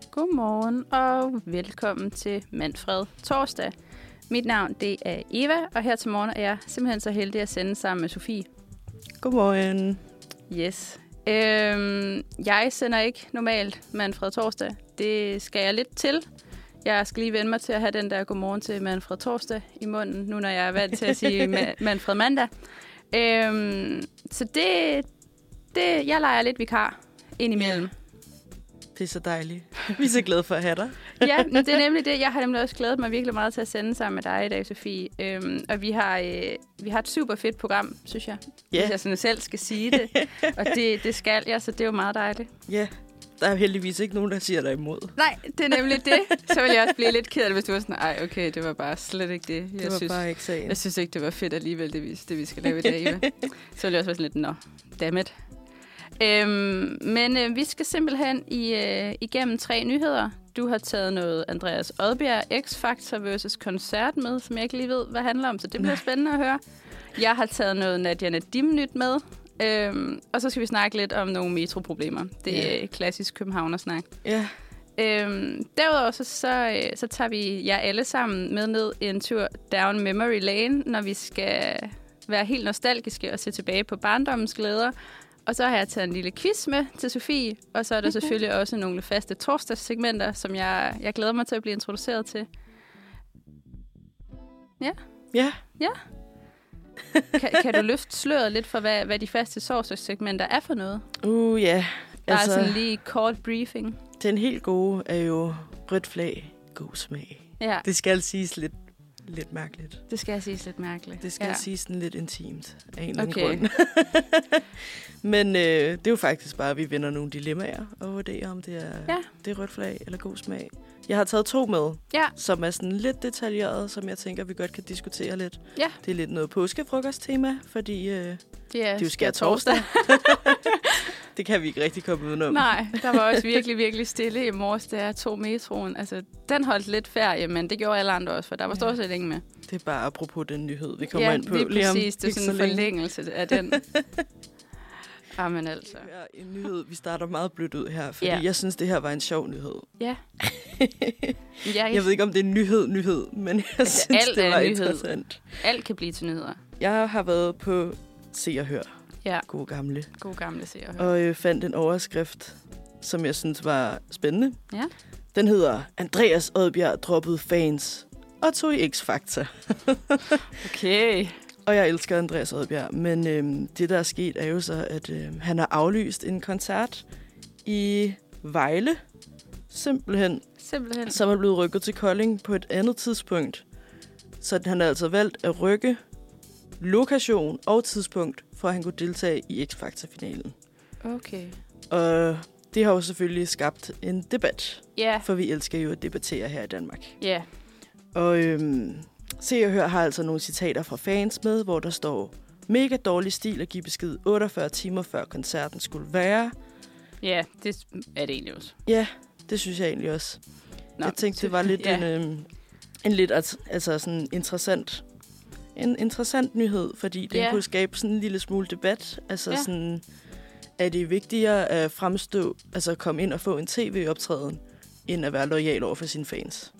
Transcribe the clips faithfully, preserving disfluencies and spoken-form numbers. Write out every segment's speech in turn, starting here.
Godmorgen og velkommen til Manfred Torsdag. Mit navn det er Eva, og her til morgen er jeg simpelthen så heldig at sende sammen med Sofie. Godmorgen. Yes. Øhm, jeg sender ikke normalt Manfred Torsdag. Det skal jeg lidt til. Jeg skal lige vende mig til at have den der godmorgen til Manfred Torsdag i munden, nu når jeg er vant til at sige Ma- Manfred Mandag. Øhm, så det, det, jeg leger lidt vikar indimellem. Det er så dejligt. Vi er så glade for at have dig. Ja, det er nemlig det. Jeg har nemlig også glædet mig virkelig meget til at sende sammen med dig i dag, Sofie. Øhm, og vi har, øh, vi har et super fedt program, synes jeg. Yeah. Hvis jeg sådan selv skal sige det. Og det, det skal jeg, så det er jo meget dejligt. Ja, yeah. Der er heldigvis ikke nogen, der siger dig imod. Nej, det er nemlig det. Så ville jeg også blive lidt ked af det, hvis du var sådan, ej, okay, det var bare slet ikke det. Jeg det var synes, bare ikke sagen. Jeg synes ikke, det var fedt alligevel, det vi, det, vi skal lave i dag. Eva. Så ville jeg også være sådan lidt, nå, dammit. Øhm, men øh, vi skal simpelthen i, øh, igennem tre nyheder. Du har taget noget Andreas Odbjerg X-Factor versus koncert med, som jeg ikke lige ved, hvad det handler om, så det bliver Nej. spændende at høre. Jeg har taget noget Nadia Nadim-nyt med, øhm, og så skal vi snakke lidt om nogle metroproblemer. Det er yeah. klassisk københavnersnak. Ja. Yeah. Øhm, derudover så, så, så tager vi jer alle sammen med ned en tur down memory lane, når vi skal være helt nostalgiske og se tilbage på barndommens glæder. Og så har jeg taget en lille quiz med til Sofie, og så er der selvfølgelig også nogle faste torsdagssegmenter, som jeg, jeg glæder mig til at blive introduceret til. Ja? Ja. Ja. Kan, kan du løfte sløret lidt for, hvad, hvad de faste torsdagssegmenter er for noget? Uh, ja. Yeah. Der altså, er sådan lige kort briefing. Den helt gode er jo rødt flag, god smag. Ja. Det skal siges lidt Lidt mærkeligt. Det skal jeg sige lidt mærkeligt. Det skal ja. jeg sige sådan lidt intimt af en eller anden okay. grund. Men øh, det er jo faktisk bare, at vi vinder nogle dilemmaer og vurderer, om det er, ja. det er rødt flag eller god smag. Jeg har taget to med, ja. som er sådan lidt detaljeret, som jeg tænker, vi godt kan diskutere lidt. Ja. Det er lidt noget påskefrokosttema, fordi øh, det er, det er jo skær torsdag. Det kan vi ikke rigtig komme udenom. Nej, der var også virkelig, virkelig stille i morges, da jeg tog metroen. Altså, den holdt lidt ferie, men det gjorde alle andre også, for der var stort set ingen med. Det er bare apropos den nyhed, vi kommer ja, ind på. Ja, lige præcis. Det er sådan en forlængelse af den. Amen altså. Ja, en nyhed. Vi starter meget blødt ud her, fordi ja. jeg synes, det her var en sjov nyhed. Ja. jeg, jeg ved ikke, om det er en nyhed, nyhed, men jeg altså, synes, alt det var nyhed. interessant. Alt kan blive til nyheder. Jeg har været på Se og Hør. Ja. God gamle. God gamle Se og Hør. Og øh, fandt en overskrift, som jeg synes var spændende. Ja. Den hedder, Andreas Odbjerg droppede fans og tog i X-Factor. Okay. Og jeg elsker Andreas Odbjerg, men øhm, det, der er sket, er jo så, at øhm, han har aflyst en koncert i Vejle, simpelthen, simpelthen, som er blevet rykket til Kolding på et andet tidspunkt. Så han har altså valgt at rykke lokation og tidspunkt, for at han kunne deltage i X-Factor-finalen. Okay. Og det har jo selvfølgelig skabt en debat, yeah. for vi elsker jo at debattere her i Danmark. Ja. Yeah. Og øhm, Se og Hør har altså nogle citater fra fans med, hvor der står, mega dårlig stil at give besked otteogfyrre timer før koncerten skulle være. Ja, det er det egentlig også. Ja, det synes jeg egentlig også. Nå, jeg tænkte, det var lidt ja. en, øhm, en lidt altså sådan interessant, en interessant nyhed, fordi den ja. kunne skabe sådan en lille smule debat. Altså ja. sådan, er det vigtigere at fremstå, altså komme ind og få en tv-optræden, end at være loyal over for sine fans?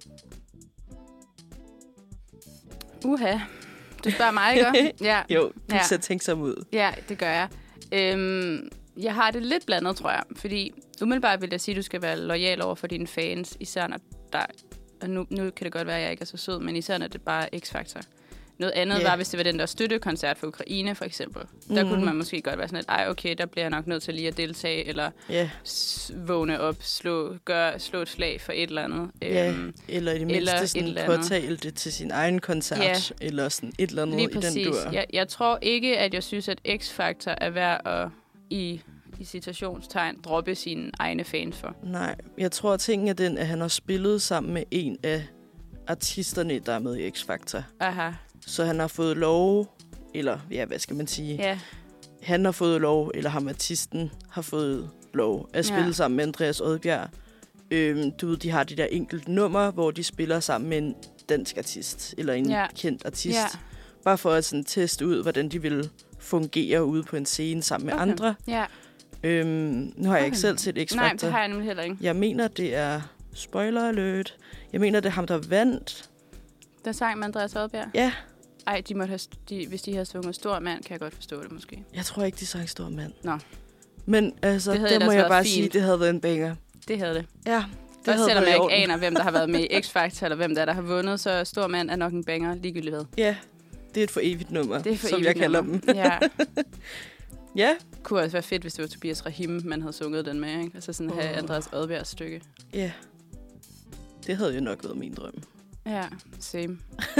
Uha. Du spørger mig, ikke? Ja. Jo, du ja. ser tænksom ud. Ja, det gør jeg. Øhm, jeg har det lidt blandet, tror jeg. Fordi umiddelbart vil jeg sige, at du skal være loyal over for dine fans. Især når der... Og nu, nu kan det godt være, at jeg ikke er så sød, men især når det bare er X-Factor. Noget andet yeah. var, hvis det var den der støttekoncert for Ukraine, for eksempel. Mm. Der kunne man måske godt være sådan, at ej, okay, der bliver jeg nok nødt til lige at deltage, eller yeah. s- vågne op, slå, gør, slå et slag for et eller andet. Ja, øhm, eller i det mindste sådan påtale det til sin egen koncert, yeah. eller sådan et eller andet lige i den dur. Jeg, jeg tror ikke, at jeg synes, at X-Factor er værd at i, i citationstegn droppe sine egne fans for. Nej, jeg tror, at tingen er den, at han har spillet sammen med en af artisterne, der er med i X-Factor. Aha. Så han har fået lov, eller ja, hvad skal man sige? Ja. Han har fået lov, eller ham artisten har fået lov at spille ja. sammen med Andreas Odbjerg. Øhm, du ved, de har de der enkelte numre, hvor de spiller sammen med en dansk artist, eller en ja. kendt artist. Ja. Bare for at sådan teste ud, hvordan de vil fungere ude på en scene sammen med okay. andre. Ja. Øhm, nu har jeg ikke selv set X-Factor. Nej, det har jeg nemlig heller ikke. Jeg mener, det er spoiler alert. Jeg mener, det er ham, der vandt. Der sang med Andreas Oddbjerg? Ja. Ej, de måtte have, de, hvis de havde sunget Stor Mand, kan jeg godt forstå det måske. Jeg tror ikke, de sang Stor Mand. Nå. Men altså, det, det må jeg bare fint. sige, det havde været en banger. Det havde det. Ja, det også selvom jeg ikke aner, hvem der har været med i X-Factor, eller hvem der, der har vundet, så Stor Mand er nok en banger, ligegyldigt hvad. Ja, det er et for evigt nummer, det er for som evigt jeg kalder nummer. dem. Ja. Ja. Det kunne også være fedt, hvis det var Tobias Rahim, man havde sunget den med, ikke? Altså sådan oh. have Andreas Oddbjergs stykke. Ja. Det havde jo nok været min drøm. Ja, same.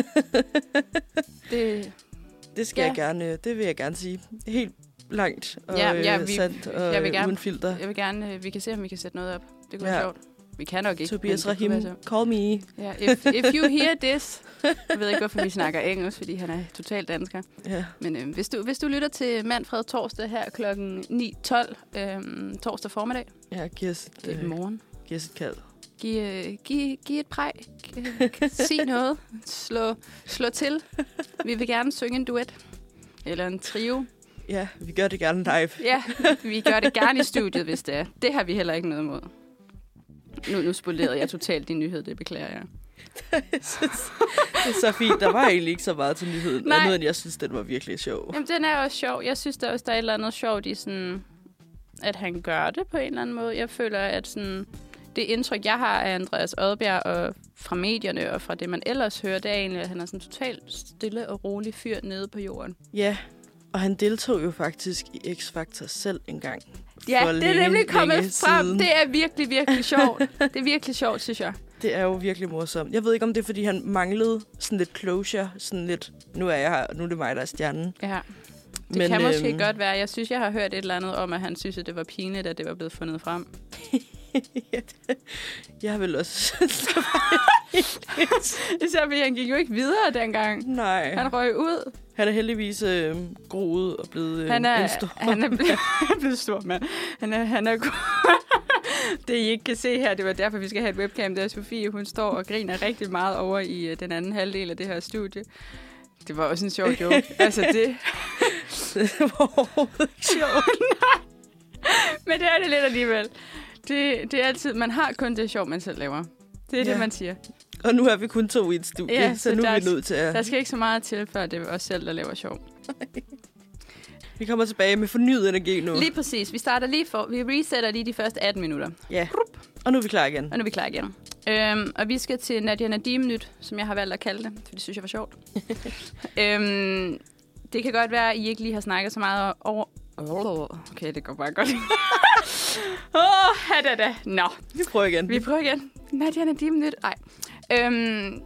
det, det skal ja. jeg gerne, det vil jeg gerne sige. Helt langt og ja, ja, vi, sandt og jeg vil gerne, uden filter. Jeg vil gerne, vi kan se, om vi kan sætte noget op. Det kunne ja. være sjovt. Vi kan nok ikke. Tobias Rahim, call me. Ja, if, if you hear this. Jeg ved ikke, hvorfor vi snakker engelsk, fordi han er totalt dansker. Ja. Men øh, hvis, du, hvis du lytter til Manfred torsdag her klokken ni tolv, øh, torsdag formiddag. Ja, giv os det er morgen. Giv os et kald. Giv, øh, giv, giv et præg. Sig noget. Slå, slå til. Vi vil gerne synge en duet. Eller en trio. Ja, vi gør det gerne live. Ja, vi gør det gerne i studiet, hvis det er. Det har vi heller ikke noget imod. Nu, nu spolerede jeg totalt din nyhed, det beklager jeg. Jeg synes, det er så fint. Der var egentlig ikke så meget til nyheden. Andet end jeg synes, den var virkelig sjov. Jamen, den er også sjov. Jeg synes der også, der er et eller andet sjovt i sådan, at han gør det på en eller anden måde. Jeg føler, at sådan, det indtryk, jeg har af Andreas Oddbjerg og fra medierne og fra det, man ellers hører, det er egentlig, at han er sådan totalt stille og rolig fyr nede på jorden. Ja, og han deltog jo faktisk i X-Factor selv engang. Ja, det er nemlig kommet frem. Siden. Det er virkelig, virkelig sjovt. Det er virkelig sjovt, synes jeg. Det er jo virkelig morsomt. Jeg ved ikke, om det er, fordi han manglede sådan lidt closure. Sådan lidt, nu er jeg her, nu er det mig, der er stjernen. Ja, det Men, kan måske øhm, godt være. Jeg synes, jeg har hørt et eller andet om, at han synes, at det var pinligt, at det var blevet fundet frem. Ja, det, jeg har vel også... Især fordi han gik jo ikke videre dengang. Nej. Han røg ud. Han er heldigvis øh, groet og blevet øh, han er, en stor han er blevet, blevet stor mand. Han er, han er det, I ikke kan se her, det var derfor, vi skal have et webcam. Der er Sofie, hun står og griner rigtig meget over i uh, den anden halvdel af det her studie. Det var også en sjov joke. Altså, det... det var overhovedet ikke sjovt. Nej. Men det er det lidt alligevel. Det, det er altid... Man har kun det sjov, man selv laver. Det er ja. det, man siger. Og nu er vi kun to i et studie, ja, så, så nu er vi nødt til at... Der skal ikke så meget til, før det er os selv, der laver sjov. Vi kommer tilbage med fornyet energi nu. Lige præcis. Vi starter lige for... Vi resetter lige de første atten minutter. Ja. Og nu er vi klar igen. Og nu er vi klar igen. Øhm, og vi skal til Nadia Nadim-nyt, som jeg har valgt at kalde det, for det synes jeg var sjovt. øhm, det kan godt være, at I ikke lige har snakket så meget over... Okay, det går bare godt. Åh, oh, da da. Nå. Vi prøver igen. Vi prøver igen. Nadia Nadim-nyt. Ej. Øhm...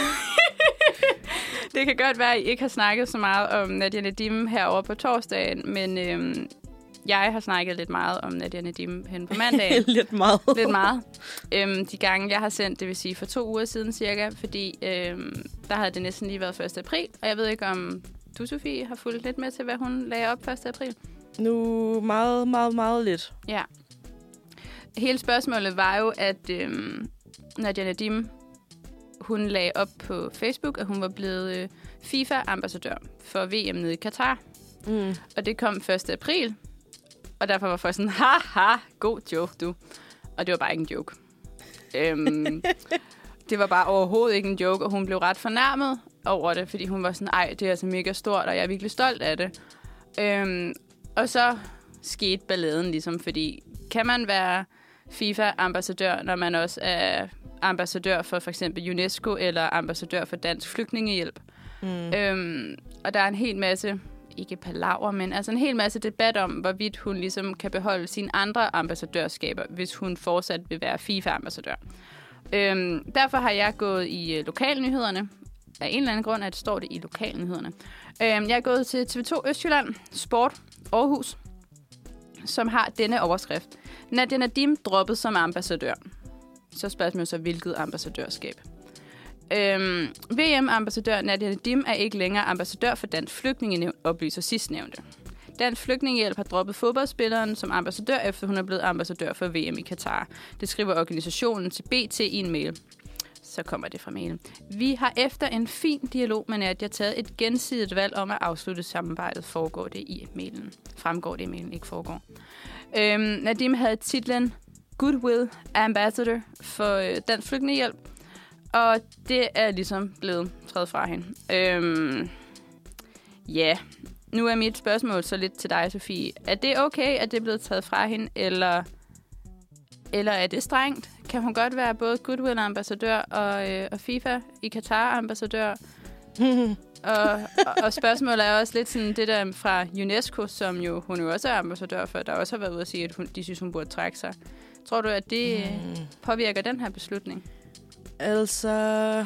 Det kan godt være, at I ikke har snakket så meget om Nadia Nadim herovre på torsdagen, men øhm, jeg har snakket lidt meget om Nadia Nadim hen på mandagen. lidt meget. Lidt meget. Øhm, de gange, jeg har sendt, det vil sige for to uger siden cirka, fordi øhm, der havde det næsten lige været første april, og jeg ved ikke, om du, Sofie, har fulgt lidt med til, hvad hun lagde op første april? Nu meget, meget, meget lidt. Ja. Hele spørgsmålet var jo, at øhm, Nadia Nadim, hun lagde op på Facebook, at hun var blevet øh, FIFA-ambassadør for V M nede i Katar. Mm. Og det kom første april. Og derfor var folk sådan, haha, god joke, du. Og det var bare ikke en joke. øhm, det var bare overhovedet ikke en joke, og hun blev ret fornærmet over det, fordi hun var sådan, ej, det er altså mega stort, og jeg er virkelig stolt af det. Øhm, og så skete balladen ligesom, fordi kan man være FIFA-ambassadør, når man også er ambassadør for for eksempel UNESCO, eller ambassadør for Dansk Flygtningehjælp. Mm. Øhm, og der er en hel masse, ikke palaver, men altså en hel masse debat om, hvorvidt hun ligesom kan beholde sine andre ambassadørskaber, hvis hun fortsat vil være FIFA-ambassadør. Øhm, derfor har jeg gået i uh, lokalnyhederne. Af en eller anden grund, at det står det i lokalnyhederne. Øhm, jeg er gået til T V to Østjylland, Sport, Aarhus, som har denne overskrift. Nadia Nadim droppet som ambassadør. Så spørgsmålet så, hvilket ambassadørskab. Øhm, V M-ambassadør Nadia Nadim er ikke længere ambassadør for Dansk Flygtningenævn, oplyser sidstnævnte. Dansk Flygtningehjælp har droppet fodboldspilleren som ambassadør, efter hun er blevet ambassadør for V M i Katar. Det skriver organisationen til B T i en mail. Så kommer det fra mailen. Vi har efter en fin dialog med Nadia taget et gensidigt valg om at afslutte samarbejdet, foregår det i mailen. Fremgår det i mailen, ikke foregår. Øhm, Nadim havde titlen Goodwill Ambassador for øh, Dansk Flygtningehjælp, og det er ligesom blevet taget fra hende. Øhm, ja, yeah. Nu er mit spørgsmål så lidt til dig, Sofie. Er det okay, at det er blevet taget fra hende, eller, eller er det strengt? Kan hun godt være både Goodwill-ambassadør og, øh, og FIFA i Katar-ambassadør? og, og, og spørgsmålet er også lidt sådan det der fra UNESCO, som jo hun jo også er ambassadør for, der også har været ude at sige, at hun, de synes, hun burde trække sig. Tror du, at det mm. påvirker den her beslutning? Altså...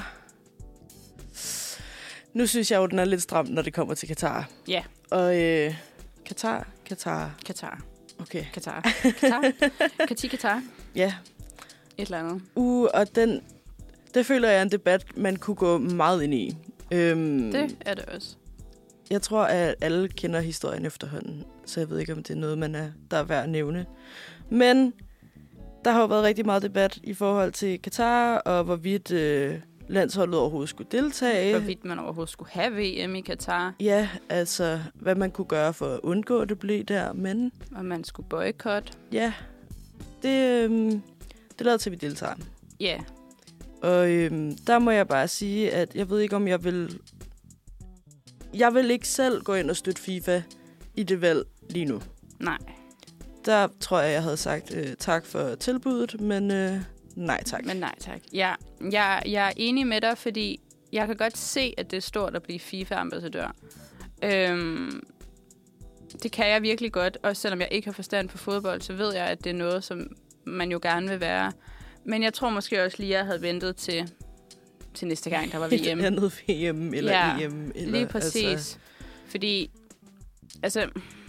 Nu synes jeg jo, den er lidt stram, når det kommer til Katar. Ja. Yeah. Og øh, Katar, Katar... Katar. Okay. Katar. Katar. Katar. Katar. Ja. Et eller andet. Uh, og den... Det føler jeg er en debat, man kunne gå meget ind i. Øhm, det er det også. Jeg tror, at alle kender historien efterhånden, så jeg ved ikke, om det er noget, man er, der er værd at nævne. Men der har jo været rigtig meget debat i forhold til Katar, og hvorvidt øh, landsholdet overhovedet skulle deltage. Hvorvidt man overhovedet skulle have V M i Katar. Ja, altså, hvad man kunne gøre for at undgå, det blev der, men... Og man skulle boykotte. Ja, det, øh, det lader til, at vi deltager. Ja. Yeah. Og øhm, der må jeg bare sige, at jeg ved ikke, om jeg vil... Jeg vil ikke selv gå ind og støtte FIFA i det valg lige nu. Nej. Der tror jeg, jeg havde sagt øh, tak for tilbuddet, men øh, nej tak. Men nej tak. Ja, jeg, jeg er enig med dig, fordi jeg kan godt se, at det er stort at blive FIFA-ambassadør. Øhm, det kan jeg virkelig godt, også selvom jeg ikke har forstand på fodbold, så ved jeg, at det er noget, som man jo gerne vil være. Men jeg tror måske også lige, at jeg havde ventet til, til næste gang, der var V M. Et andet V M eller ja, E M. Eller, lige præcis. Altså... Fordi, altså,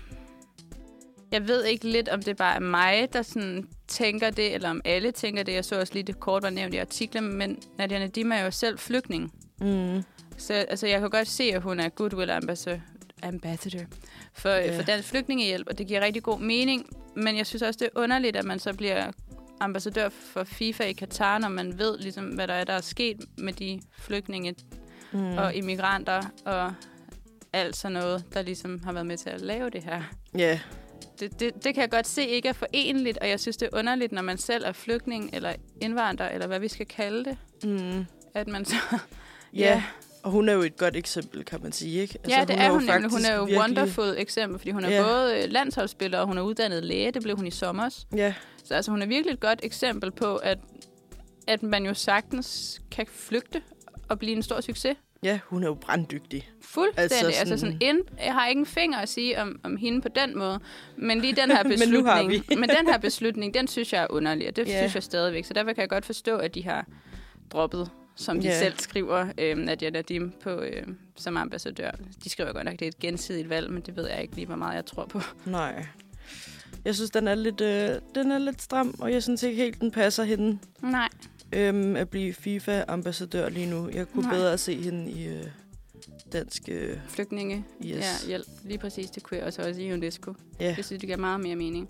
jeg ved ikke lidt, om det bare er mig, der sådan tænker det, eller om alle tænker det. Jeg så også lige det kort var nævnt i artiklen, men Nadia Nadim er jo selv flygtning. Mm. Så altså, jeg kan godt se, at hun er Goodwill Ambassador, ambassador for, yeah. for Dansk Flygtningehjælp, og det giver rigtig god mening. Men jeg synes også, det er underligt, at man så bliver ambassadør for FIFA i Katar, når man ved, ligesom, hvad der er, der er sket med de flygtninge mm. og immigranter og alt sådan noget, der ligesom har været med til at lave det her. Ja. Yeah. Det, det, det kan jeg godt se ikke er forenligt, og jeg synes, det er underligt, når man selv er flygtning eller indvandrer, eller hvad vi skal kalde det, mm. at man så... ja. ja. Og hun er jo et godt eksempel, kan man sige, ikke? Altså, ja, det er hun nemlig. Hun er jo virkelig... wonderful eksempel, fordi hun er yeah. både landsholdsspiller, og hun er uddannet læge. Det blev hun i sommer. Ja. Yeah. Så altså, hun er virkelig et godt eksempel på, at, at man jo sagtens kan flygte og blive en stor succes. Ja, hun er jo branddygtig. Fuldstændig. Altså, sådan... altså sådan ind, jeg har ikke en finger at sige om, om hende på den måde, men lige den her beslutning, men, men den her beslutning, den synes jeg er underlig, og det yeah. synes jeg stadigvæk. Så derfor kan jeg godt forstå, at de har droppet, som de yeah. selv skriver, øh, Nadia Nadim på, øh, som ambassadør. De skriver godt nok, at det er et gensidigt valg, men det ved jeg ikke lige, hvor meget jeg tror på. Nej. Jeg synes, den er lidt, øh, den er lidt stram, og jeg synes ikke helt, den passer hende. Nej. Øhm, at blive FIFA-ambassadør lige nu. Jeg kunne Nej. bedre se hende i øh, dansk... Øh, flygtninge. Yes. Ja, hjælp. Lige præcis, det kunne jeg også, også i UNESCO. Ja. Det synes, det giver meget mere mening.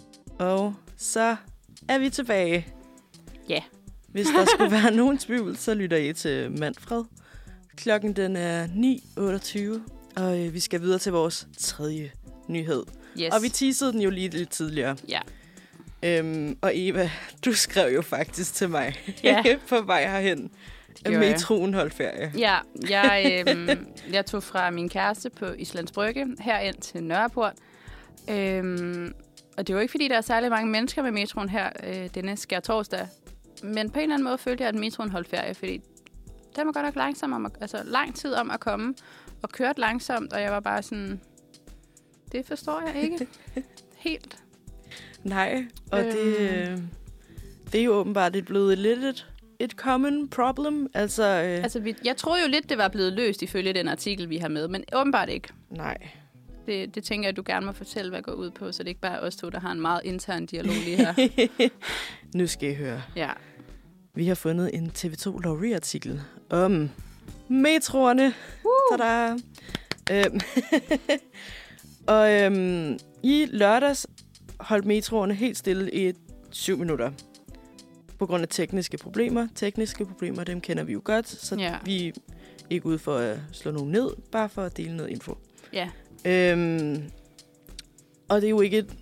Og så er vi tilbage. Ja. Hvis der skulle være nogen tvivl, så lytter I til Manfred. Klokken den er ni otteogtyve, og øh, vi skal videre til vores tredje nyhed. Yes. Og vi teasede den jo lige lidt tidligere. Ja. Øhm, og Eva, du skrev jo faktisk til mig ja. på vej herhen. Metroen holdt ferie. Ja, jeg, øhm, jeg tog fra min kæreste på Islands Brygge herind til Nørreport. Øhm, og det var ikke, fordi der er særlig mange mennesker med metroen her øh, denne skærtorsdag. Men på en eller anden måde følte jeg, at metroen holdt ferie, fordi den var godt nok langsom om at, altså, lang tid om at komme, og kørte langsomt, og jeg var bare sådan, det forstår jeg ikke helt. Nej, og øhm. det, det er jo åbenbart det er blevet lidt et, et common problem. Altså, øh. altså vi, jeg troede jo lidt, det var blevet løst ifølge den artikel, vi har med, men åbenbart ikke. Nej. Det, det tænker jeg, at du gerne må fortælle, hvad går ud på, så det ikke bare er os to, der har en meget intern dialog lige her. Nu skal I høre. Ja. Vi har fundet en T V to Lorry-artikel om metroerne. Uh. Tada! Øhm. Og øhm, i lørdags holdt metroerne helt stille i syv minutter. På grund af tekniske problemer. Tekniske problemer, dem kender vi jo godt, så ja. vi er ikke ude for at slå nogen ned, bare for at dele noget info. Ja. Øhm, og det er jo ikke et,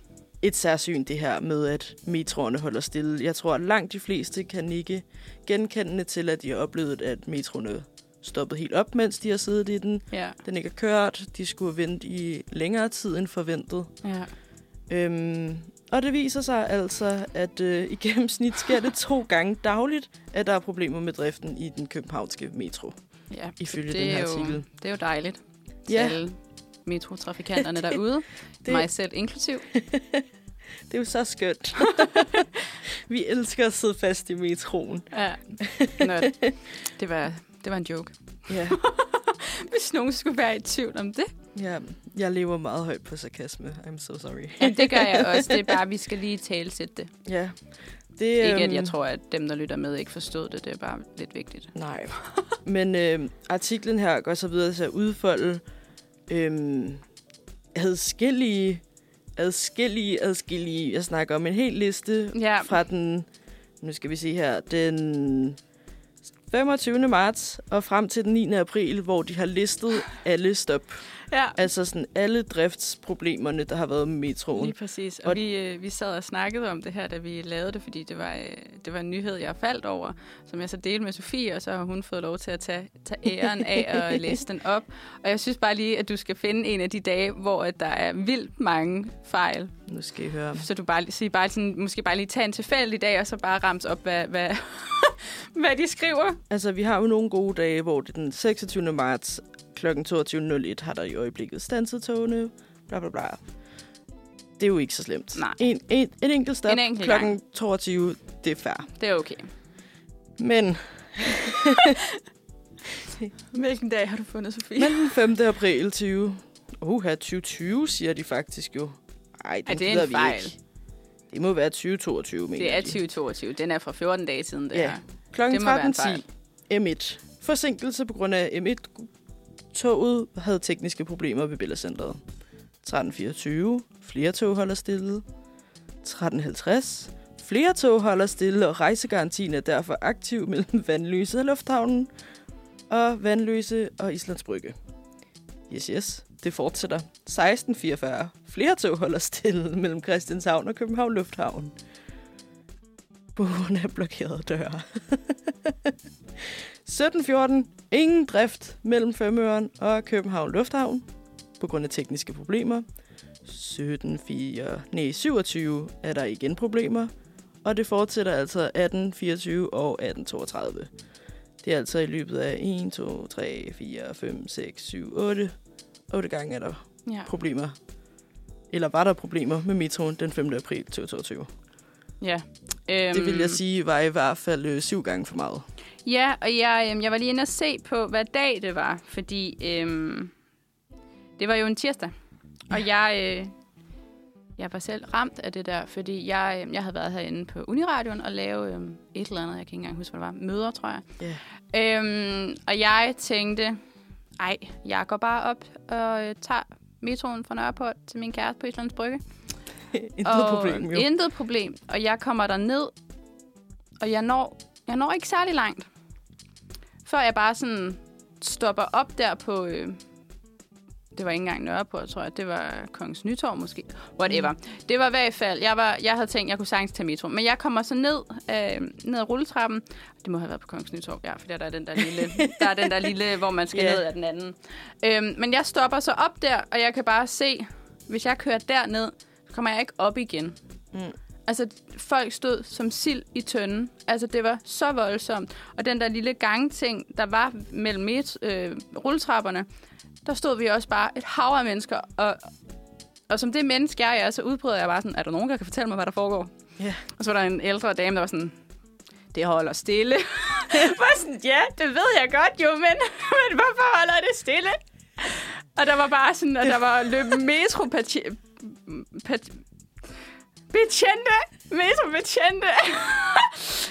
et særsyn, det her med, at metroerne holder stille. Jeg tror, at langt de fleste kan ikke genkende til, at de har oplevet, at metroerne stoppet helt op, mens de har siddet i den. Ja. Den ikke har kørt. De skulle vente i længere tid end forventet. Ja. Øhm, og det viser sig altså, at øh, i gennemsnit sker det to gange dagligt, at der er problemer med driften i den københavnske metro. Ja, ifølge det den her er jo, artikel. det er jo dejligt. Til ja. alle metrotrafikanterne derude. Det... Mig selv inklusiv. Det er jo så skønt. Vi elsker at sidde fast i metroen. Ja. Nå, det var, det var en joke. Ja. Hvis nogen skulle være i tvivl om det. Ja, jeg lever meget højt på sarkasme. I'm so sorry. Ja, det gør jeg også. Det er bare, vi skal lige talesætte det. Ja. Det, ikke øhm... at jeg tror, at dem, der lytter med, ikke forstod det. Det er bare lidt vigtigt. Nej. Men øh, artiklen her går så videre til at udfolde øh, adskillige, adskillige, adskillige. Jeg snakker om en hel liste ja. fra den, nu skal vi se her, den femogtyvende marts og frem til den niende april, hvor de har listet alle stop. Ja. Altså sådan alle driftsproblemerne, der har været med metroen. Lige præcis. Og, og vi, øh, vi sad og snakkede om det her, da vi lavede det, fordi det var, øh, det var en nyhed, jeg faldt over, som jeg så delte med Sofie, og så har hun fået lov til at tage, tage æren af og læse den op. Og jeg synes bare lige, at du skal finde en af de dage, hvor at der er vildt mange fejl. Nu skal I høre. Så du bare, så I bare sådan, måske bare lige tage en tilfældig dag, og så bare ramse op, hvad, hvad, hvad de skriver. Altså, vi har jo nogle gode dage, hvor det den seksogtyvende marts klokken toogtyve nul et har der i øjeblikket standset togene, bla bla bla. Det er jo ikke så slemt. Nej. En, en, en enkelt stop en klokken gang. toogtyve, det er fair. Det er okay. Men... Hvilken dag har du fundet, Sofie? Men den femte april tyve. Oha, tyve tyve, siger de faktisk jo. Ej, den det er en fejl. Ikke. Det må være tyve toogtyve, mener Det er de. tyve toogtyve. Den er fra fjorten dage siden, det ja. her. Klokken tretten ti M et. Forsinkelse på grund af M et-toget havde tekniske problemer ved Bellacenteret. tretten fireogtyve. Flere tog holder stille. tretten halvtreds. Flere tog holder stille, og rejsegarantien er derfor aktiv mellem Vanløse og Lufthavnen og Vanløse og Islands Brygge. Yes, yes. Det fortsætter. seksten fireogfyrre. Flere tog holder stille mellem Christianshavn og København Lufthavn. På grund af blokerede døre. sytten fjorten. Ingen drift mellem Femøren og København Lufthavn på grund af tekniske problemer. sytten fire. Nej, syvogtyve er der igen problemer. Og det fortsætter altså atten fireogtyve og atten toogtredive. Det er altså i løbet af en, to, tre, fire, fem, seks, syv, otte. otte gange er der ja. problemer. Eller var der problemer med metroen den femte april to tusind toogtyve. Ja. Øhm, det vil jeg sige var i hvert fald øh, syv gange for meget. Ja, og jeg, øh, jeg var lige inde og se på, hvad dag det var. Fordi øh, det var jo en tirsdag. Ja. Og jeg, øh, jeg var selv ramt af det der, fordi jeg, øh, jeg havde været herinde på Uniradioen og lave øh, et eller andet, jeg kan ikke engang huske, hvad det var. Møder, tror jeg. Yeah. Øhm, og jeg tænkte, ej, jeg går bare op og øh, tager metroen fra Nørreport til min kæreste på Islands Brygge. Intet og problem, jo. Intet problem. Og jeg kommer der ned, og jeg når, jeg når ikke særlig langt, før jeg bare sådan stopper op der på... Øh, det var ikke engang Nørreport, tror jeg. Det var Kongens Nytorv måske. Whatever. Mm. Det var i hvert fald... Jeg, var, jeg havde tænkt, jeg kunne sagtens tage metro. Men jeg kommer så ned, øh, ned ad rulletrappen. Det må have været på Kongens Nytorv, ja. For der er den der lille... der er den der lille, hvor man skal yeah. ned af den anden. Øhm, men jeg stopper så op der, og jeg kan bare se... Hvis jeg kører derned, så kommer jeg ikke op igen. Mm. Altså, folk stod som sild i tønden. Altså, det var så voldsomt. Og den der lille gangting, der var mellem met, øh, rulletrapperne, der stod vi også bare et hav af mennesker. Og, og som det menneske, jeg er, så udbryder jeg bare sådan, er der nogen, der kan fortælle mig, hvad der foregår? Yeah. Og så var der en ældre dame, der var sådan, det holder stille. var sådan, ja, det ved jeg godt jo, men, men hvorfor holder det stille? Og der var bare sådan, at der var løb metro-betjente. Betjente. Metro-betjente. Det er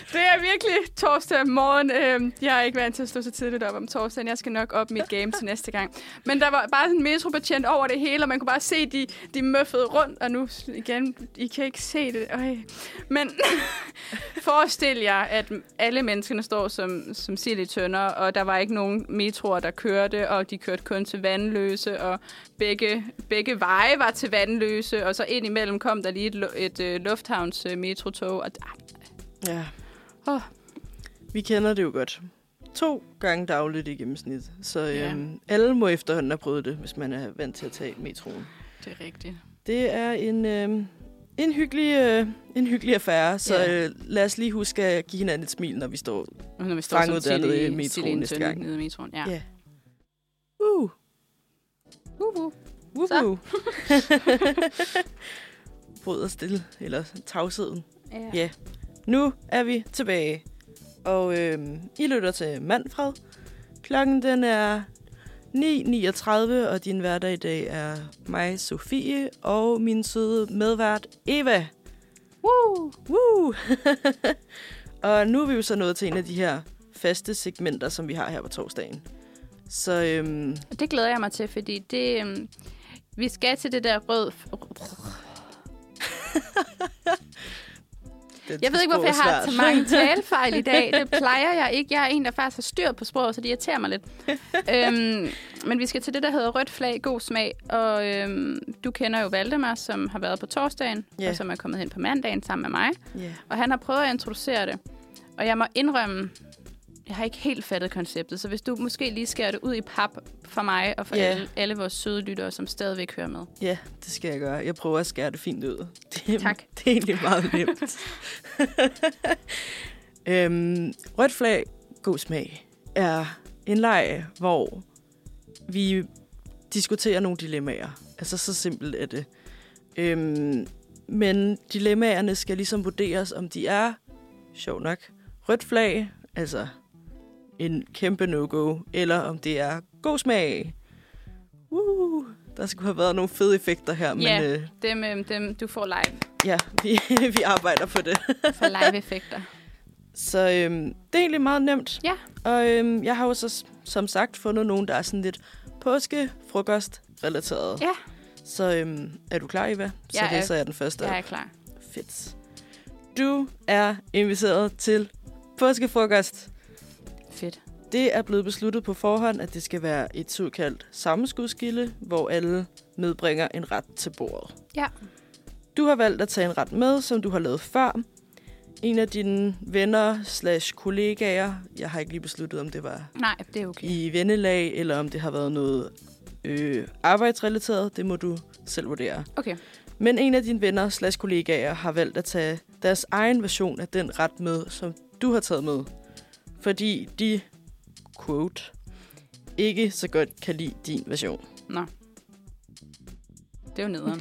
virkelig torsdag morgen. Øh, jeg er ikke vant til at stå så tidligt op om torsdagen. Jeg skal nok op mit game til næste gang. Men der var bare sådan en metrobetjent over det hele, og man kunne bare se, de, de møffede rundt. Og nu igen, I kan ikke se det. Øj. Men forestil jer, at alle menneskerne står som, som sild i tønder, og der var ikke nogen metroer, der kørte, og de kørte kun til Vanløse, og begge, begge veje var til Vanløse, og så ind imellem kom der lige et, et, et lufthavns uh, metrotog. Og, ja. Oh. Vi kender det jo godt. To gange dagligt i gennemsnit. Så ja. øhm, alle må efterhånden have prøvet det, hvis man er vant til at tage metroen. Det er rigtigt. Det er en, øhm, en, hyggelig, øh, en hyggelig affære, så ja. øh, lad os lige huske at give hinanden et smil, når vi står, når vi står fanget dernede i metroen næste gang. Nede i metroen, ja. ja. Uh. Uh, uh. Uh, uh. Bryder stille, eller tavsheden. Ja. ja. Nu er vi tilbage, og øhm, I lytter til Manfred. Klokken den er ni niogtredive, og din hverdag i dag er mig, Sofie, og min søde medvært, Eva. Woo! Woo! Og nu er vi jo så nået til en af de her faste segmenter, som vi har her på torsdagen. Så, øhm... Det glæder jeg mig til, fordi det, øhm, vi skal til det der rød... Jeg ved ikke, hvorfor jeg har så mange talefejl i dag. Det plejer jeg ikke. Jeg er en, der faktisk har styr på sproget, så det irriterer mig lidt. øhm, men vi skal til det, der hedder rødt flag, god smag. Og øhm, du kender jo Valdemar, som har været på torsdagen, yeah. og som er kommet hen på mandagen sammen med mig. Yeah. Og han har prøvet at introducere det. Og jeg må indrømme, jeg har ikke helt fattet konceptet, så hvis du måske lige skærer det ud i pap for mig og for yeah. alle, alle vores søde lyttere, som stadigvæk hører med. Ja, yeah, det skal jeg gøre. Jeg prøver at skære det fint ud. Det er, tak. Det er egentlig meget nemt. øhm, rødt flag, god smag er en leg, hvor vi diskuterer nogle dilemmaer. Altså, så simpelt er det. Øhm, men dilemmaerne skal ligesom vurderes, om de er, sjov nok, rødt flag, altså en kæmpe no-go, eller om det er god smag. Uh, der skulle have været nogle fede effekter her. Ja, men, øh, dem, øh, dem du får live. Ja, vi, vi arbejder på det. For live-effekter. Så øh, det er egentlig meget nemt. Ja. Og øh, jeg har jo så, som sagt fundet nogen, der er sådan lidt påske-frokost-relateret. Ja. Så øh, er du klar, Eva? Så jeg læser jeg den første. Jeg er klar. Fedt. Du er inviteret til påskefrokost. Fedt. Det er blevet besluttet på forhånd, at det skal være et såkaldt sammenskudskilde, hvor alle medbringer en ret til bordet. Ja. Du har valgt at tage en ret med, som du har lavet før. En af dine venner slash kollegaer, jeg har ikke lige besluttet, om det var Nej, det er okay. i vennelag, eller om det har været noget øh, arbejdsrelateret. Det må du selv vurdere. Okay. Men en af dine venner slash kollegaer har valgt at tage deres egen version af den ret med, som du har taget med. Fordi de, quote, ikke så godt kan lide din version. Nå. Det er jo nederen.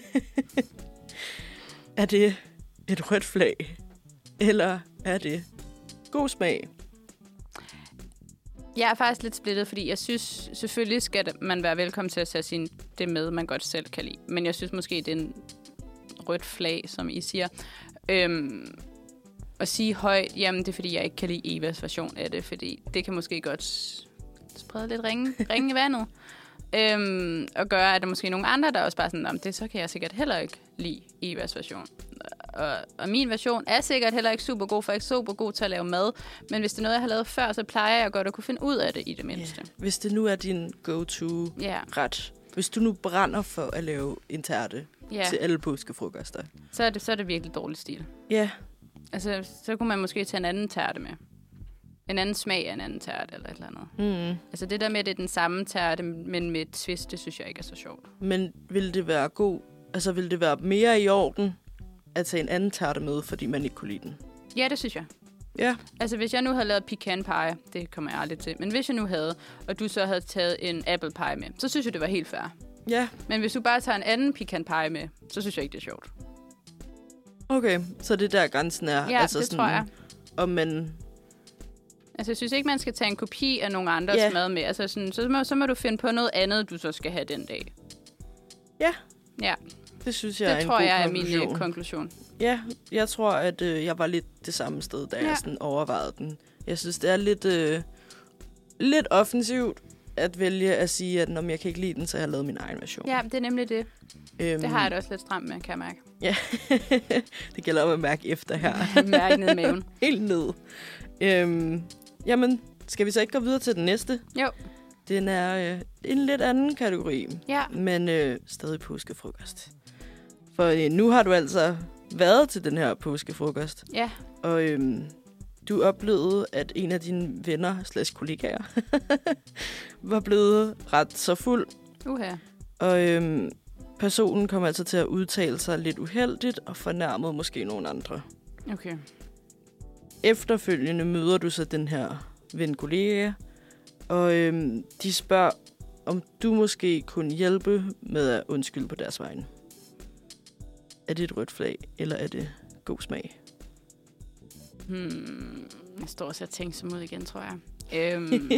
Er det et rødt flag? Eller er det god smag? Jeg er faktisk lidt splittet, fordi jeg synes, selvfølgelig skal man være velkommen til at tage sin, det med, man godt selv kan lide. Men jeg synes måske, det er en rødt flag, som I siger. Øhm, at sige højt, jamen det er, fordi jeg ikke kan lide Evas version af det, fordi det kan måske godt sprede lidt ringe, ringe i vandet. Øhm, og gøre, at der måske er nogle andre, der også bare sådan, om det så kan jeg sikkert heller ikke lide Evas version. Og, og min version er sikkert heller ikke super god, for jeg er ikke super god til at lave mad. Men hvis det er noget, jeg har lavet før, så plejer jeg godt at kunne finde ud af det i det mindste. Yeah. Hvis det nu er din go-to-ret. Yeah. Hvis du nu brænder for at lave en tærte yeah. til alle påskefrokoster. Så er det, så er det virkelig dårlig stil. Ja. Yeah. Altså, så kunne man måske tage en anden tærte med. En anden smag af en anden tærte eller et eller andet. Mm. Altså det der med, at det er den samme tærte, men med et twist, det synes jeg ikke er så sjovt. Men vil det være god, altså vil det være mere i orden at tage en anden tærte med, fordi man ikke kunne lide den? Ja, det synes jeg. Ja. Altså hvis jeg nu havde lavet pecan pie, det kommer jeg aldrig til, men hvis jeg nu havde, og du så havde taget en apple pie med, så synes jeg, det var helt fair. Ja. Men hvis du bare tager en anden pecan pie med, så synes jeg ikke, det er sjovt. Okay, så det der grænsen er. Ja, altså det sådan, tror jeg. Om man... Altså, jeg synes ikke, man skal tage en kopi af nogle andres yeah. mad med. Altså, sådan, så, må, så må du finde på noget andet, du så skal have den dag. Ja. Ja. Det synes jeg det er en tror god jeg konklusion. er min uh, konklusion. Ja, jeg tror, at øh, jeg var lidt det samme sted, da ja. jeg sådan overvejede den. Jeg synes, det er lidt, øh, lidt offensivt at vælge at sige, at når jeg kan ikke lide den, så har jeg lavet min egen version. Ja, det er nemlig det. Øhm, det har jeg da også lidt stramt med, kan jeg mærke. Ja, det gælder om at mærke efter her. Mærke ned i maven. Helt ned. Øhm, jamen, skal vi så ikke gå videre til den næste? Jo. Den er øh, en lidt anden kategori, ja. men øh, stadig påskefrokost. For øh, nu har du altså været til den her påskefrokost. Ja. Og øhm, du oplevede, at en af dine venner slash kollegaer var blevet ret så fuld. Uha. Og øhm, personen kom altså til at udtale sig lidt uheldigt og fornærmede måske nogle andre. Okay. Efterfølgende møder du så den her ven-kollega, og øhm, de spørger, om du måske kunne hjælpe med at undskylde på deres vegne. Er det et rødt flag, eller er det god smag? Hmm, jeg står også og tænker som ud igen, tror jeg. Øhm,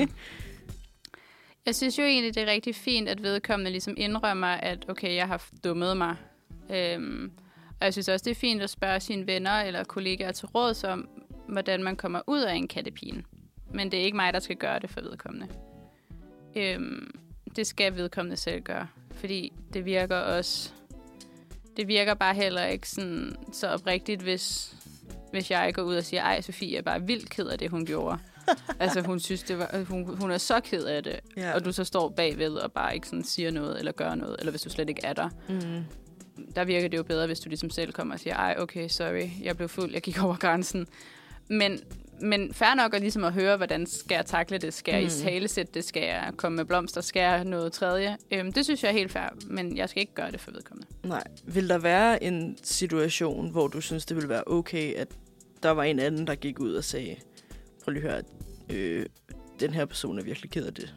jeg synes jo egentlig, det er rigtig fint, at vedkommende ligesom indrømmer, at okay, jeg har dummet mig. Øhm, og jeg synes også, det er fint at spørge sine venner eller kollegaer til råds om, hvordan man kommer ud af en kattepine. Men det er ikke mig, der skal gøre det for vedkommende. Øhm, det skal vedkommende selv gøre, fordi det virker også... Det virker bare heller ikke sådan, så oprigtigt, hvis, hvis jeg går ud og siger, ej, Sofie er bare vildt ked af det, hun gjorde. Altså, hun synes, det var, hun, hun er så ked af det, ja. Og du så står bagved og bare ikke sådan siger noget eller gør noget, eller hvis du slet ikke er der. Mm. Der virker det jo bedre, hvis du ligesom selv kommer og siger, ej, okay, sorry, jeg blev fuld, jeg gik over grænsen. Men, men fair nok at, ligesom at høre, hvordan skal jeg takle det? Skal jeg mm. i talesæt det? Skal jeg komme med blomster? Skal jeg noget tredje? Øhm, det synes jeg er helt fair, men jeg skal ikke gøre det for vedkommende. Nej. Vil der være en situation, hvor du synes, det ville være okay, at der var en anden, der gik ud og sagde, prøv lige at høre, øh, den her person er virkelig ked af det?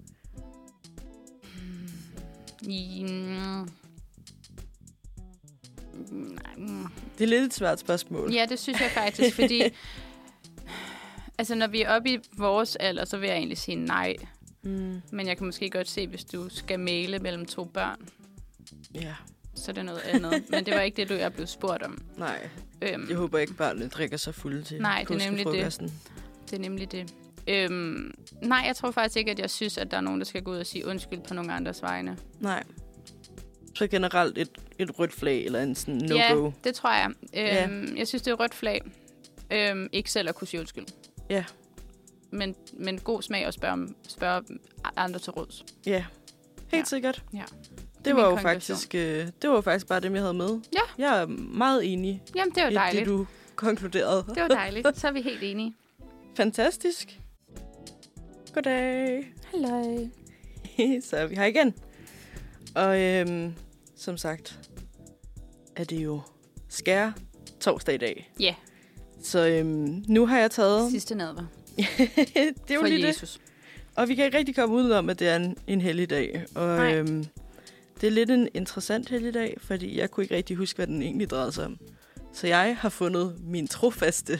Mm. Nej. Det er lidt et svært spørgsmål. Ja, det synes jeg faktisk, fordi altså, når vi er oppe i vores alder, så vil jeg egentlig sige nej. Mm. Men jeg kan måske godt se, hvis du skal mæle mellem to børn. Ja. Så er det noget andet. Men det var ikke det, du er blevet spurgt om. Nej. Øhm, jeg håber ikke, børnene drikker sig fulde til nej, det er nemlig det. Det er nemlig det. Øhm, nej, jeg tror faktisk ikke, at jeg synes, at der er nogen, der skal gå ud og sige undskyld på nogle andres vegne. Nej. Så generelt et, et rødt flag eller en sådan no-go? Ja, det tror jeg. Øhm, ja. Jeg synes, det er rødt flag. Øhm, ikke selv at kunne sige undskyld. Ja. Men, men god smag at spørge, spørge andre til råds. Ja, helt ja. sikkert. Ja. Det, det var jo faktisk, øh, det var faktisk bare dem, jeg havde med. Ja. Jeg er meget enig. Jamen, det var dejligt. I det, du konkluderede. Det var dejligt. Så er vi helt enige. Fantastisk. Goddag. Halløj. Så er vi her igen. Og øhm, som sagt, er det jo skære torsdag i dag. Ja. Yeah. Så øhm, nu har jeg taget... Sidste nadver. Det er jo for lige Jesus. Det. Og vi kan ikke rigtig komme ud om, at det er en, en helligdag. Og øhm, det er lidt en interessant helligdag, fordi jeg kunne ikke rigtig huske, hvad den egentlig drejede sig om. Så jeg har fundet min trofaste...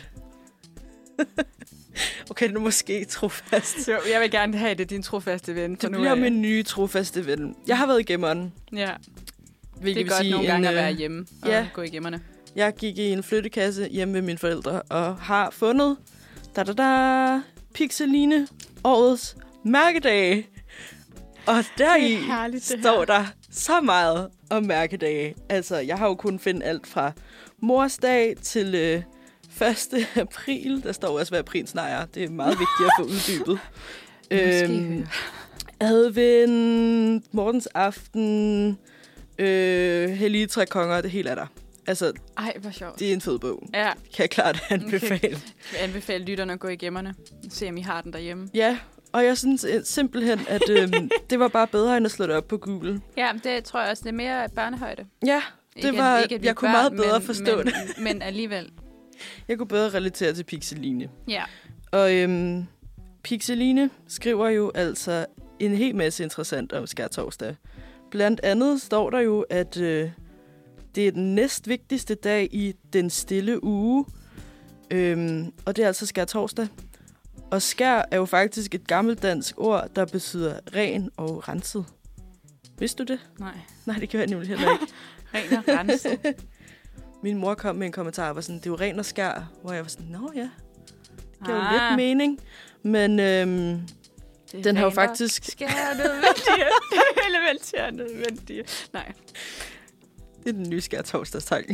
Okay, nu måske trofast. Jo, jeg vil gerne have det, din trofaste ven. Det bliver min nye trofaste ven. Jeg har været i gemmeren. Ja. Det er godt sige, nogle gange en, at være hjemme og ja, gå i gemmerne. Jeg gik i en flyttekasse hjemme med mine forældre og har fundet da da da Pixeline, årets mærkedag. Og deri herligt, står der så meget om mærkedage. Altså, jeg har jo kun fundet alt fra morsdag til... Øh, første april. Der står også, hvad april snart er. Det er meget vigtigt at få uddybet. øhm, advent, morgens aften, øh, hellige tre konger, det hele er der. Altså, ej, hvor sjovt. Det er en fed bog. Ja. Kan jeg klart anbefale. Okay. Jeg anbefaler lytterne at gå i gemmerne. Se, om I har den derhjemme. Ja, og jeg synes simpelthen, at øhm, det var bare bedre, end at slå det op på Google. Ja, det tror jeg også. Det er mere børnehøjde. Ja, det ikke var, ikke, jeg kunne børn, meget bedre men, forstå men, det. Men alligevel. Jeg kunne bedre relatere til Pixeline. Ja. Og øhm, Pixeline skriver jo altså en hel masse interessant om skærtorsdag. Blandt andet står der jo, at øh, det er den næstvigtigste dag i den stille uge. Øhm, og det er altså skærtorsdag. Og skær er jo faktisk et gammeldansk ord, der betyder ren og renset. Vidste du det? Nej. Nej, det kan jeg nemlig heller ikke. Ren og renset. min mor kom med en kommentar, og var sådan, det er jo ren og skær, hvor jeg var sådan, nå ja, det giver ah. jo lidt mening. Men øhm, den har jo faktisk... Skær nødvendige. Elementære nødvendige. Nej. Det er den nye skær torsdagstang.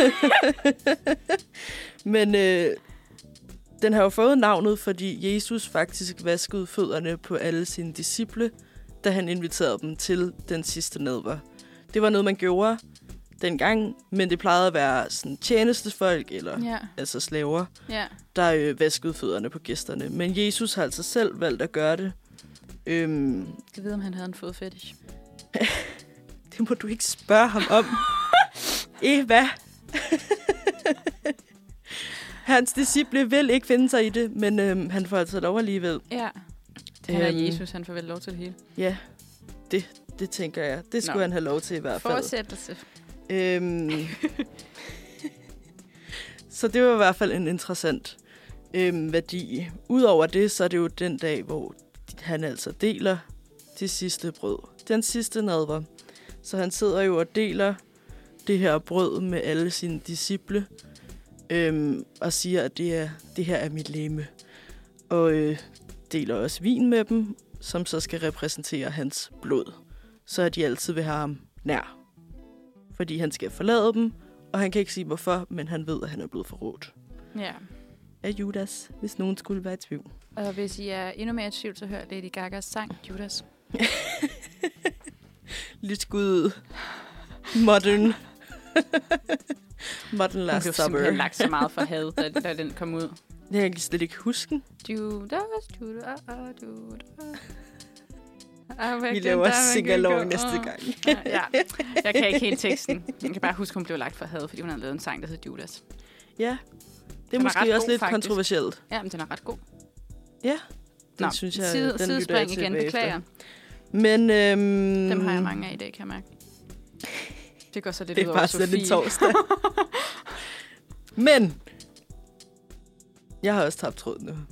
Men øh, den har jo fået navnet, fordi Jesus faktisk vaskede fødderne på alle sine disciple, da han inviterede dem til den sidste nadver. Det var noget, man gjorde dengang, men det plejede at være sådan tjenestefolk, eller ja. altså slaver, ja. der øh, vaskede fødderne på gæsterne. Men Jesus har altså selv valgt at gøre det. Øhm, jeg skal vide, om han havde en fodfetish. Det må du ikke spørge ham om. Eva. Hans disciple vil ikke finde sig i det, men øhm, han får altså lov alligevel. Ja. Det er øhm, Jesus, han får vel lov til det hele. Ja, det, det tænker jeg. Det skulle Nå. han have lov til i hvert fald. Fortsættelse. Øhm, så det var i hvert fald en interessant øhm, værdi. Udover det, så er det jo den dag, hvor han altså deler det sidste brød. Den sidste nadver. Så han sidder jo og deler det her brød med alle sine disciple, øhm, og siger, at det, er, det her er mit legeme. Og øh, deler også vin med dem, som så skal repræsentere hans blod. Så at de altid vil have ham nær. Fordi han skal forlade dem, og han kan ikke sige hvorfor, men han ved, at han er blevet forrådt. Ja. Af Judas, hvis nogen skulle være i tvivl. Og hvis I er endnu mere i tvivl, så hør Lady Gagas sang, Judas. Lidt skud. Modern. Modern Last Supper. Hun blev lagt så meget for had, da, da den kom ud. Det kan jeg slet ikke huske. Judas, Judas, Judas. Vi laver sing-along næste gang. Ja, jeg kan ikke helt teksten. Jeg kan bare huske, hun blev lagt for had, fordi hun har lavet en sang, der hedder Judas. Ja, det er måske er også god, lidt faktisk. Kontroversielt. Ja, men den er ret god. Ja, den Nå, synes jeg, side, den lytter jeg til igen, beklager. Men, øhm, dem har jeg mange af i dag, kan jeg mærke. Det går så lidt ud over Sofie. Det er bare sådan en torsdag. Men, jeg har også tabt tråden nu.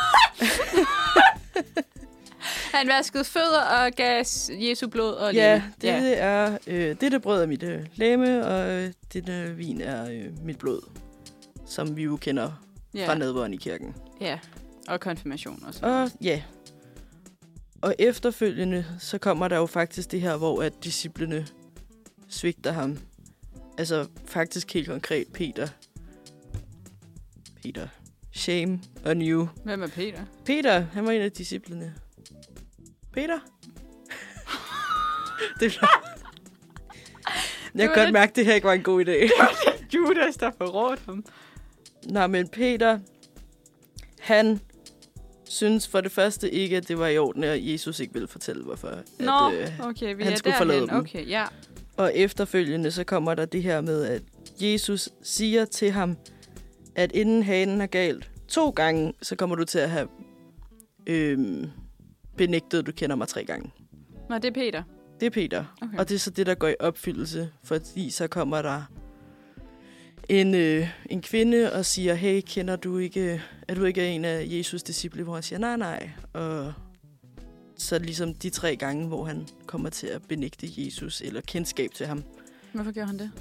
Han vaskede fødder og gav Jesu blod og ja, det ja, er øh, dette brød er mit øh, læme, og øh, dette vin er øh, mit blod, som vi jo kender ja. fra nadveren i kirken. Ja, og konfirmation også. Og ja. Og efterfølgende, så kommer der jo faktisk det her, hvor at disciplene svigter ham. Altså faktisk helt konkret Peter. Peter. Shame on you. Hvem er Peter? Peter, han var en af disciplene. Peter? Det er Jeg kan godt det... mærke, at det her ikke var en god idé. Det var det Judas, der forrådte ham. Nå, men Peter, han synes for det første ikke, at det var i orden, at Jesus ikke ville fortælle, hvorfor Nå, at, øh, okay, vi han er skulle forlade dem. Okay, ja. Og efterfølgende, så kommer der det her med, at Jesus siger til ham, at inden hanen er galt to gange, så kommer du til at have øh, benægtet, at du kender mig tre gange. Nå, det er Peter. Det er Peter. Okay. Og det er så det, der går i opfyldelse, fordi så kommer der en, øh, en kvinde og siger, hey, kender du ikke, er du ikke en af Jesus' disciple? Hvor han siger, nej, nej. Og så ligesom de tre gange, hvor han kommer til at benægte Jesus, eller kendskab til ham. Hvorfor gjorde han det?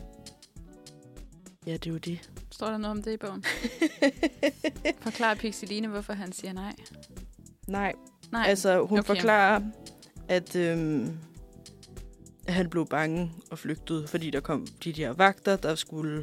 Ja, det er jo det. Står der noget om det i bogen? Forklarer Pixeline, hvorfor han siger nej? Nej. nej. Altså, hun okay. forklarer, at, øhm, at han blev bange og flygtede, fordi der kom de der vagter, der skulle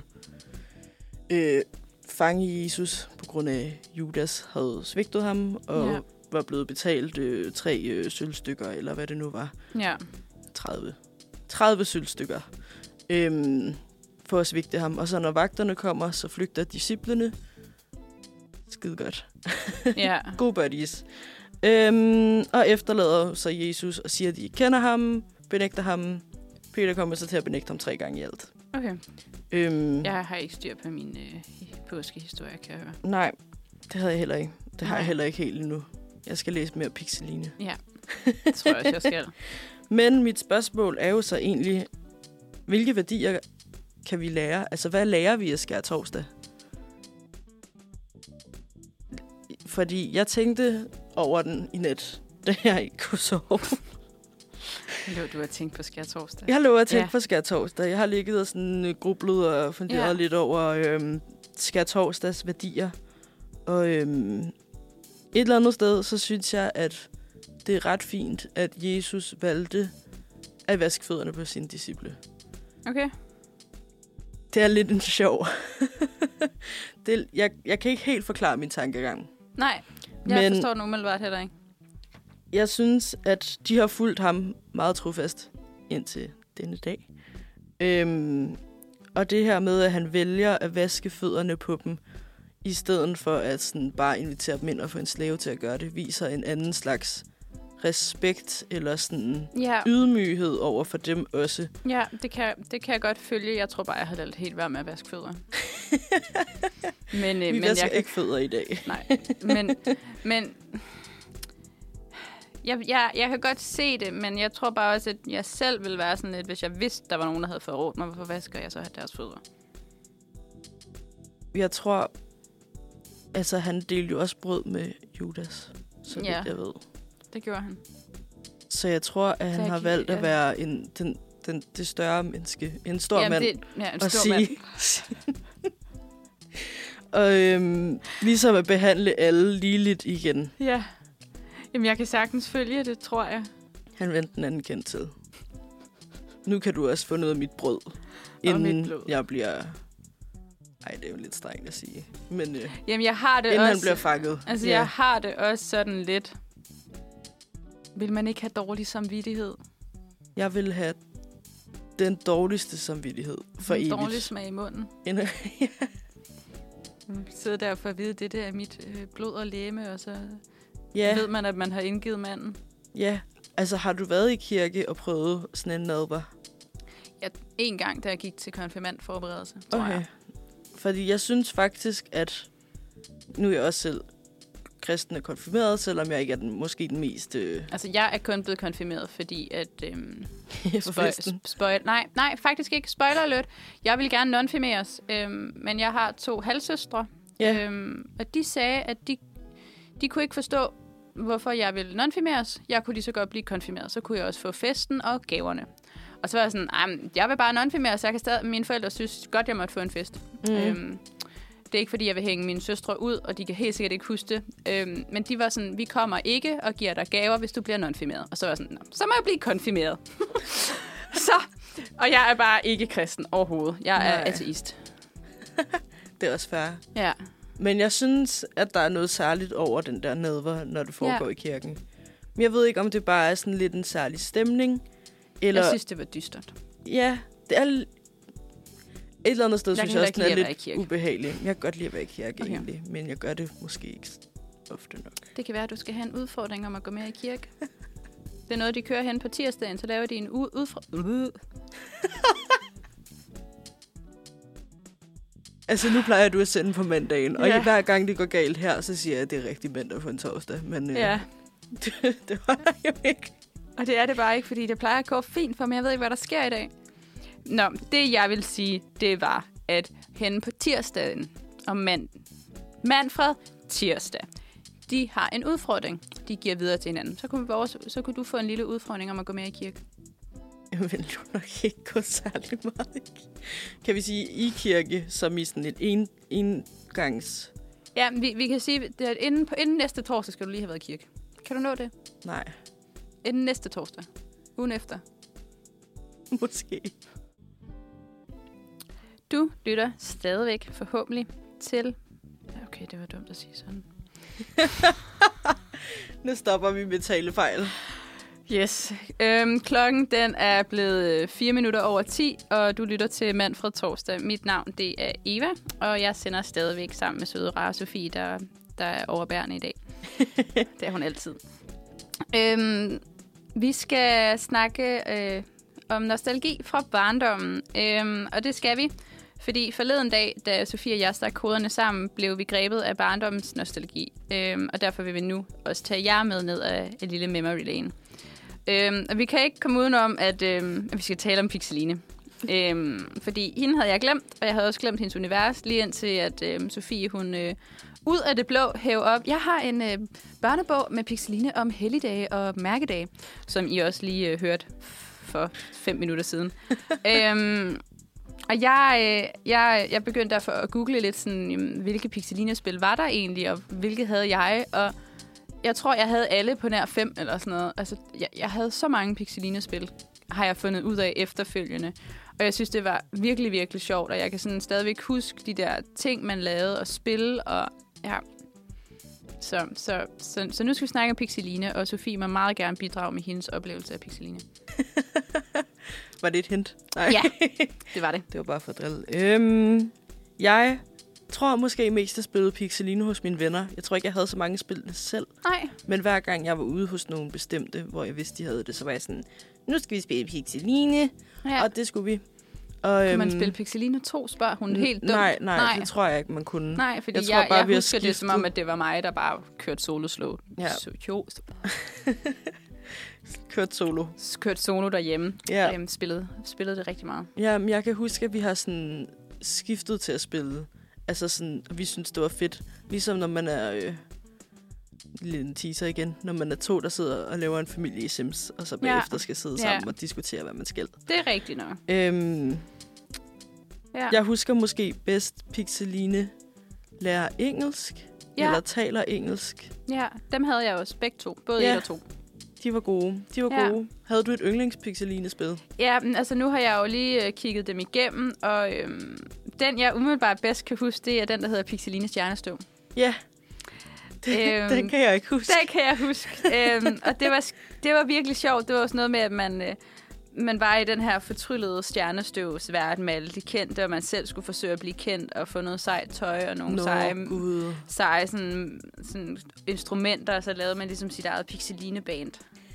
øh, fange Jesus, på grund af, Judas havde svigtet ham, og ja. var blevet betalt øh, tre øh, sølvstykker, eller hvad det nu var. Ja. tredive. tredive sølvstykker. Øhm, for at svigte ham. Og så når vagterne kommer, så flygter disciplene. Skide godt. Ja. God buddies. Øhm, og efterlader så Jesus og siger, at de ikke kender ham, benægter ham. Peter kommer så til at benægte ham tre gange i alt. Okay. Øhm, jeg har ikke styr på min øh, påskehistorie, kan jeg høre. Nej, det havde jeg heller ikke. Det har nej. jeg heller ikke helt endnu. Jeg skal læse mere Pixeline. Ja, det tror jeg også, jeg skal. Men mit spørgsmål er jo så egentlig, hvilke værdier kan vi lære? Altså, hvad lærer vi af skærtorsdag? Fordi jeg tænkte over den i nat, da jeg ikke kunne sove. Hallo, du har tænkt på skærtorsdag. Jeg har lovet at tænke ja. på skærtorsdag. Jeg har ligget og sådan grublet og funderet ja. lidt over øhm, skærtorsdags værdier. Og øhm, et eller andet sted, så synes jeg, at det er ret fint, at Jesus valgte at vaske fødderne på sine disciple. Okay. Det er lidt en sjov. det, jeg, jeg kan ikke helt forklare min tankegang. Nej, jeg Men forstår den umiddelbart heller ikke. Jeg synes, at de har fulgt ham meget trofast indtil denne dag. Øhm, og det her med, at han vælger at vaske fødderne på dem, i stedet for at sådan bare invitere dem ind og få en slave til at gøre det, viser en anden slags respekt eller sådan ja. ydmyghed over for dem også. Ja, det kan, det kan jeg godt følge. Jeg tror bare, jeg havde helt været med at vaske fødder. men, Vi men vasker jeg kan... ikke fødder i dag. Nej, men... men jeg, jeg, jeg kan godt se det, men jeg tror bare også, at jeg selv ville være sådan lidt, hvis jeg vidste, der var nogen, der havde forrådt mig, hvorfor vasker jeg så deres fødder? Jeg tror... Altså, han delte jo også brød med Judas, så vidt ja. jeg ved. Det gjorde han. Så jeg tror, at han har valgt ja. at være en, den, den, det større menneske. En stor Jamen, mand. Det, ja, en stor sige. mand. og øhm, ligesom at behandle alle ligeligt igen. Ja. Jamen, jeg kan sagtens følge det, tror jeg. Han vendte den anden kendt til. Nu kan du også få noget af mit brød, inden jeg bliver... Ej, det er jo lidt strengt at sige. Men øh, Jamen, jeg har det inden også, han bliver fanget. Altså, ja. jeg har det også sådan lidt... Vil man ikke have dårlig samvittighed? Jeg vil have den dårligste samvittighed for evigt. En dårlig smag i munden. En, ja. Sidder der for at vide, det der er mit øh, blod og læme, og så ja. ved man, at man har indgivet manden. Ja, altså har du været i kirke og prøvet sådan en nadver? Ja, en gang, da jeg gik til konfirmandforberedelse, tror okay. jeg. Fordi jeg synes faktisk, at nu er jeg også selv kristen og konfirmeret, selvom jeg ikke er den, måske den mest... Øh... Altså, jeg er kun blevet konfirmeret, fordi at... Øhm, spoil, spoil, nej, nej, faktisk ikke. Spoiler alert. Jeg vil gerne nonfirmeres, øhm, men jeg har to halvsøstre, ja. øhm, og de sagde, at de, de kunne ikke forstå, hvorfor jeg ville nonfirmeres. Jeg kunne lige så godt blive konfirmeret. Så kunne jeg også få festen og gaverne. Og så var jeg sådan, jeg vil bare nonfirmeres, så jeg kan stadig... Mine forældre synes godt, jeg måtte få en fest. Mm. Øhm, Det er ikke, fordi jeg vil hænge mine søstre ud, og de kan helt sikkert ikke huske det. Øhm, men de var sådan, vi kommer ikke og giver dig gaver, hvis du bliver nonfirmeret. Og så var jeg sådan, så må jeg blive konfirmeret. så, og jeg er bare ikke kristen overhovedet. Jeg er Nej. ateist. Det er også fair. Ja. Men jeg synes, at der er noget særligt over den der nadver, når du foregår ja. i kirken. Men jeg ved ikke, om det bare er sådan lidt en særlig stemning. Eller... Jeg synes, det var dystert. Ja, det er... Et eller andet sted, jeg synes jeg også, den er lidt i ubehagelig. Jeg kan godt lide at være i kirke, okay. egentlig. Men jeg gør det måske ikke ofte nok. Det kan være, at du skal have en udfordring om at gå mere i kirke. Det er noget, de kører hen på tirsdagen, så laver de en u- udfordring. Altså, nu plejer du at sende på mandagen. Og ja. hver gang det går galt her, så siger jeg, at det er rigtig mandag på en torsdag. Men øh, ja. det, det var der jo ikke. Og det er det bare ikke, fordi det plejer at gå fint for mig. Jeg ved ikke, hvad der sker i dag. Nå, det jeg vil sige, det var, at henne på tirsdagen om mand, Manfred tirsdag, de har en udfordring. De giver videre til hinanden. Så kunne, vi også, så kunne du få en lille udfordring om at gå mere i kirke. Jeg vil jo nok ikke gå særlig meget i Kan vi sige i kirke, som i sådan et en, engangs... Ja, vi, vi kan sige, at inden, på, inden næste torsdag skal du lige have været i kirke. Kan du nå det? Nej. Inden næste torsdag. Ugen efter. Måske. Du lytter stadigvæk forhåbentlig til... Okay, det var dumt at sige sådan. Nu stopper vi med talefejl. Yes. Øhm, klokken den er blevet fire minutter over ti, og du lytter til Manfred Torsdag. Mit navn det er Eva, og jeg sender stadigvæk sammen med søde rare Sofie, der, der er overbærende i dag. Det er hun altid. Øhm, vi skal snakke øh, om nostalgi fra barndommen, øhm, og det skal vi. Fordi forleden dag, da Sofie og jeg stak koderne sammen, blev vi grebet af barndommens nostalgi. Øhm, og derfor vil vi nu også tage jer med ned af et lille memory lane. Øhm, og vi kan ikke komme udenom, at, øhm, at vi skal tale om Pixeline. øhm, fordi hende havde jeg glemt, og jeg havde også glemt hendes univers, lige indtil at øhm, Sofie hun, øh, ud af det blå hæve op. Jeg har en øh, børnebog med Pixeline om helligdage og mærkedage, som I også lige øh, hørte for fem minutter siden. øhm, og jeg, øh, jeg, jeg begyndte derfor at google lidt, sådan, jamen, hvilke Pixeline-spil var der egentlig, og hvilke havde jeg, og jeg tror, jeg havde alle på nær fem eller sådan noget. Altså, jeg, jeg havde så mange Pixeline-spil, har jeg fundet ud af efterfølgende. Og jeg synes, det var virkelig, virkelig sjovt, og jeg kan sådan stadigvæk huske de der ting, man lavede og spille, og ja. Så, så, så, så nu skal vi snakke om Pixeline, og Sofie må meget gerne bidrage med hendes oplevelse af Pixeline. Var det et hint? Nej. Ja, det var det. Det var bare for at drille. Øhm, jeg tror måske mest, at spillede Pixeline hos mine venner. Jeg tror ikke, jeg havde så mange spil selv. Nej. Men hver gang jeg var ude hos nogle bestemte, hvor jeg vidste, de havde det, så var jeg sådan, nu skal vi spille Pixeline, ja. Og det skulle vi. Og, kunne øhm, man spille Pixeline to, spørger hun helt dumt. Nej, nej, nej, det tror jeg ikke, man kunne. Nej, fordi jeg, jeg, jeg, bare, jeg husker det som om, at det var mig, der bare kørte solo-slow. Ja. Så, jo. Kørt solo. Kørt solo derhjemme. Ja. Øhm, spillede, spillede det rigtig meget. Ja, men jeg kan huske, at vi har sådan skiftet til at spille. Altså sådan, og vi synes, det var fedt. Ligesom når man er... Øh, lidt en teaser igen. Når man er to, der sidder og laver en familie i Sims, og så bagefter ja. skal sidde sammen ja. og diskutere, hvad man skal. Det er rigtigt nok. Øhm, ja. Jeg husker måske bedst Pixeline lærer engelsk, ja. eller taler engelsk. Ja, dem havde jeg også begge to. Både ja. et og to. De var gode. De var ja. gode. Havde du et yndlings-Pixeline-spil? Ja, men altså nu har jeg jo lige øh, kigget dem igennem, og øhm, den, jeg umiddelbart bedst kan huske, det er den, der hedder Pixeline Stjernestøv. Ja. Det, øhm, den kan jeg ikke huske. Den kan jeg huske. øhm, og det var, det var virkelig sjovt. Det var også noget med, at man, øh, man var i den her fortryllede stjernestøvsverden med alle de kendte, og man selv skulle forsøge at blive kendt og få noget sejt tøj og nogle Nå, seje, seje sådan, sådan instrumenter, og så lavede man ligesom sit eget Pixeline-band.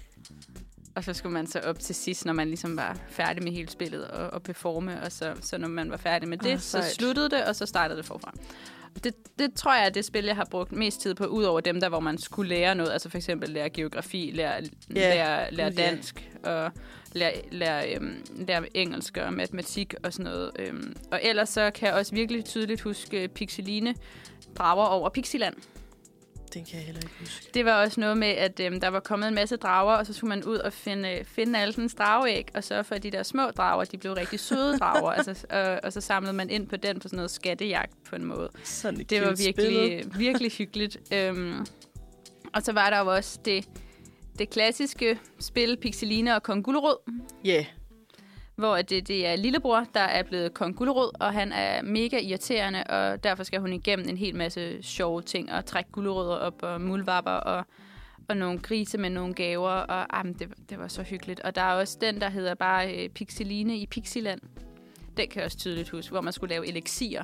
Og så skulle man så op til sidst, når man ligesom var færdig med hele spillet og, og performe, og så, så når man var færdig med det, oh, så sluttede det, og så startede det forfra. Det, det tror jeg er det spil, jeg har brugt mest tid på, ud over dem der, hvor man skulle lære noget. Altså for eksempel lære geografi, lære, yeah. lære, lære dansk, yeah. og lære, lære, øhm, lære engelsk og matematik og sådan noget. Øhm. Og ellers så kan jeg også virkelig tydeligt huske Pixeline drager over Pixiland. Den kan jeg heller ikke huske. Det var også noget med, at øhm, der var kommet en masse drager, og så skulle man ud og finde, finde alle dens drageæg, og sørge for, at de der små drager, de blev rigtig søde drager, altså, og, og så samlede man ind på den på sådan noget skattejagt på en måde. Sådan det var virkelig, virkelig hyggeligt. øhm, og så var der jo også det, det klassiske spil Pixeline og Kong Gulerod. Ja. Yeah. Hvor det, det er lillebror, der er blevet Kong Gulerod, og han er mega irriterende, og derfor skal hun igennem en hel masse sjove ting, og trække gulerødder op, og muldvarper, og, og nogle grise med nogle gaver, og ah, det, det var så hyggeligt. Og der er også den, der hedder bare øh, Pixeline i Pixiland. Den kan jeg også tydeligt huske, hvor man skulle lave elixier.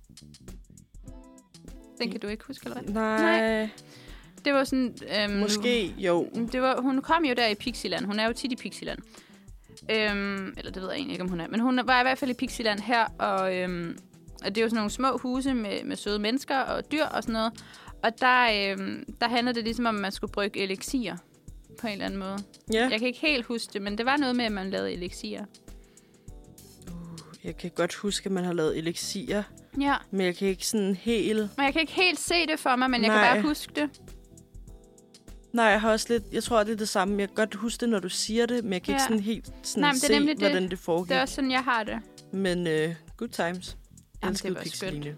Den kan du ikke huske, eller hvad? Nej. Nej. Det var sådan... Øhm, Måske, jo. Det var, hun kom jo der i Pixiland. Hun er jo tit i Pixiland. Øhm, eller det ved jeg egentlig ikke, om hun er. Men hun var i hvert fald i Pixiland her, og, øhm, og det er jo sådan nogle små huse med, med søde mennesker og dyr og sådan noget. Og der, øhm, der handlede det ligesom om, at man skulle brygge elixier på en eller anden måde. Ja. Jeg kan ikke helt huske det, men det var noget med, at man lavede elixier. Uh, jeg kan godt huske, at man har lavet elixier. Ja. Men jeg kan ikke sådan helt... Men jeg kan ikke helt se det for mig, men Nej. jeg kan bare huske det. Nej, jeg har også lidt... Jeg tror, det er det samme. Jeg kan godt huske det, når du siger det, men jeg kan ja. ikke sådan helt sådan Nej, men det er se, det. hvordan det foregik. Det er også sådan, jeg har det. Men uh, good times. Jeg elskede Pixeline.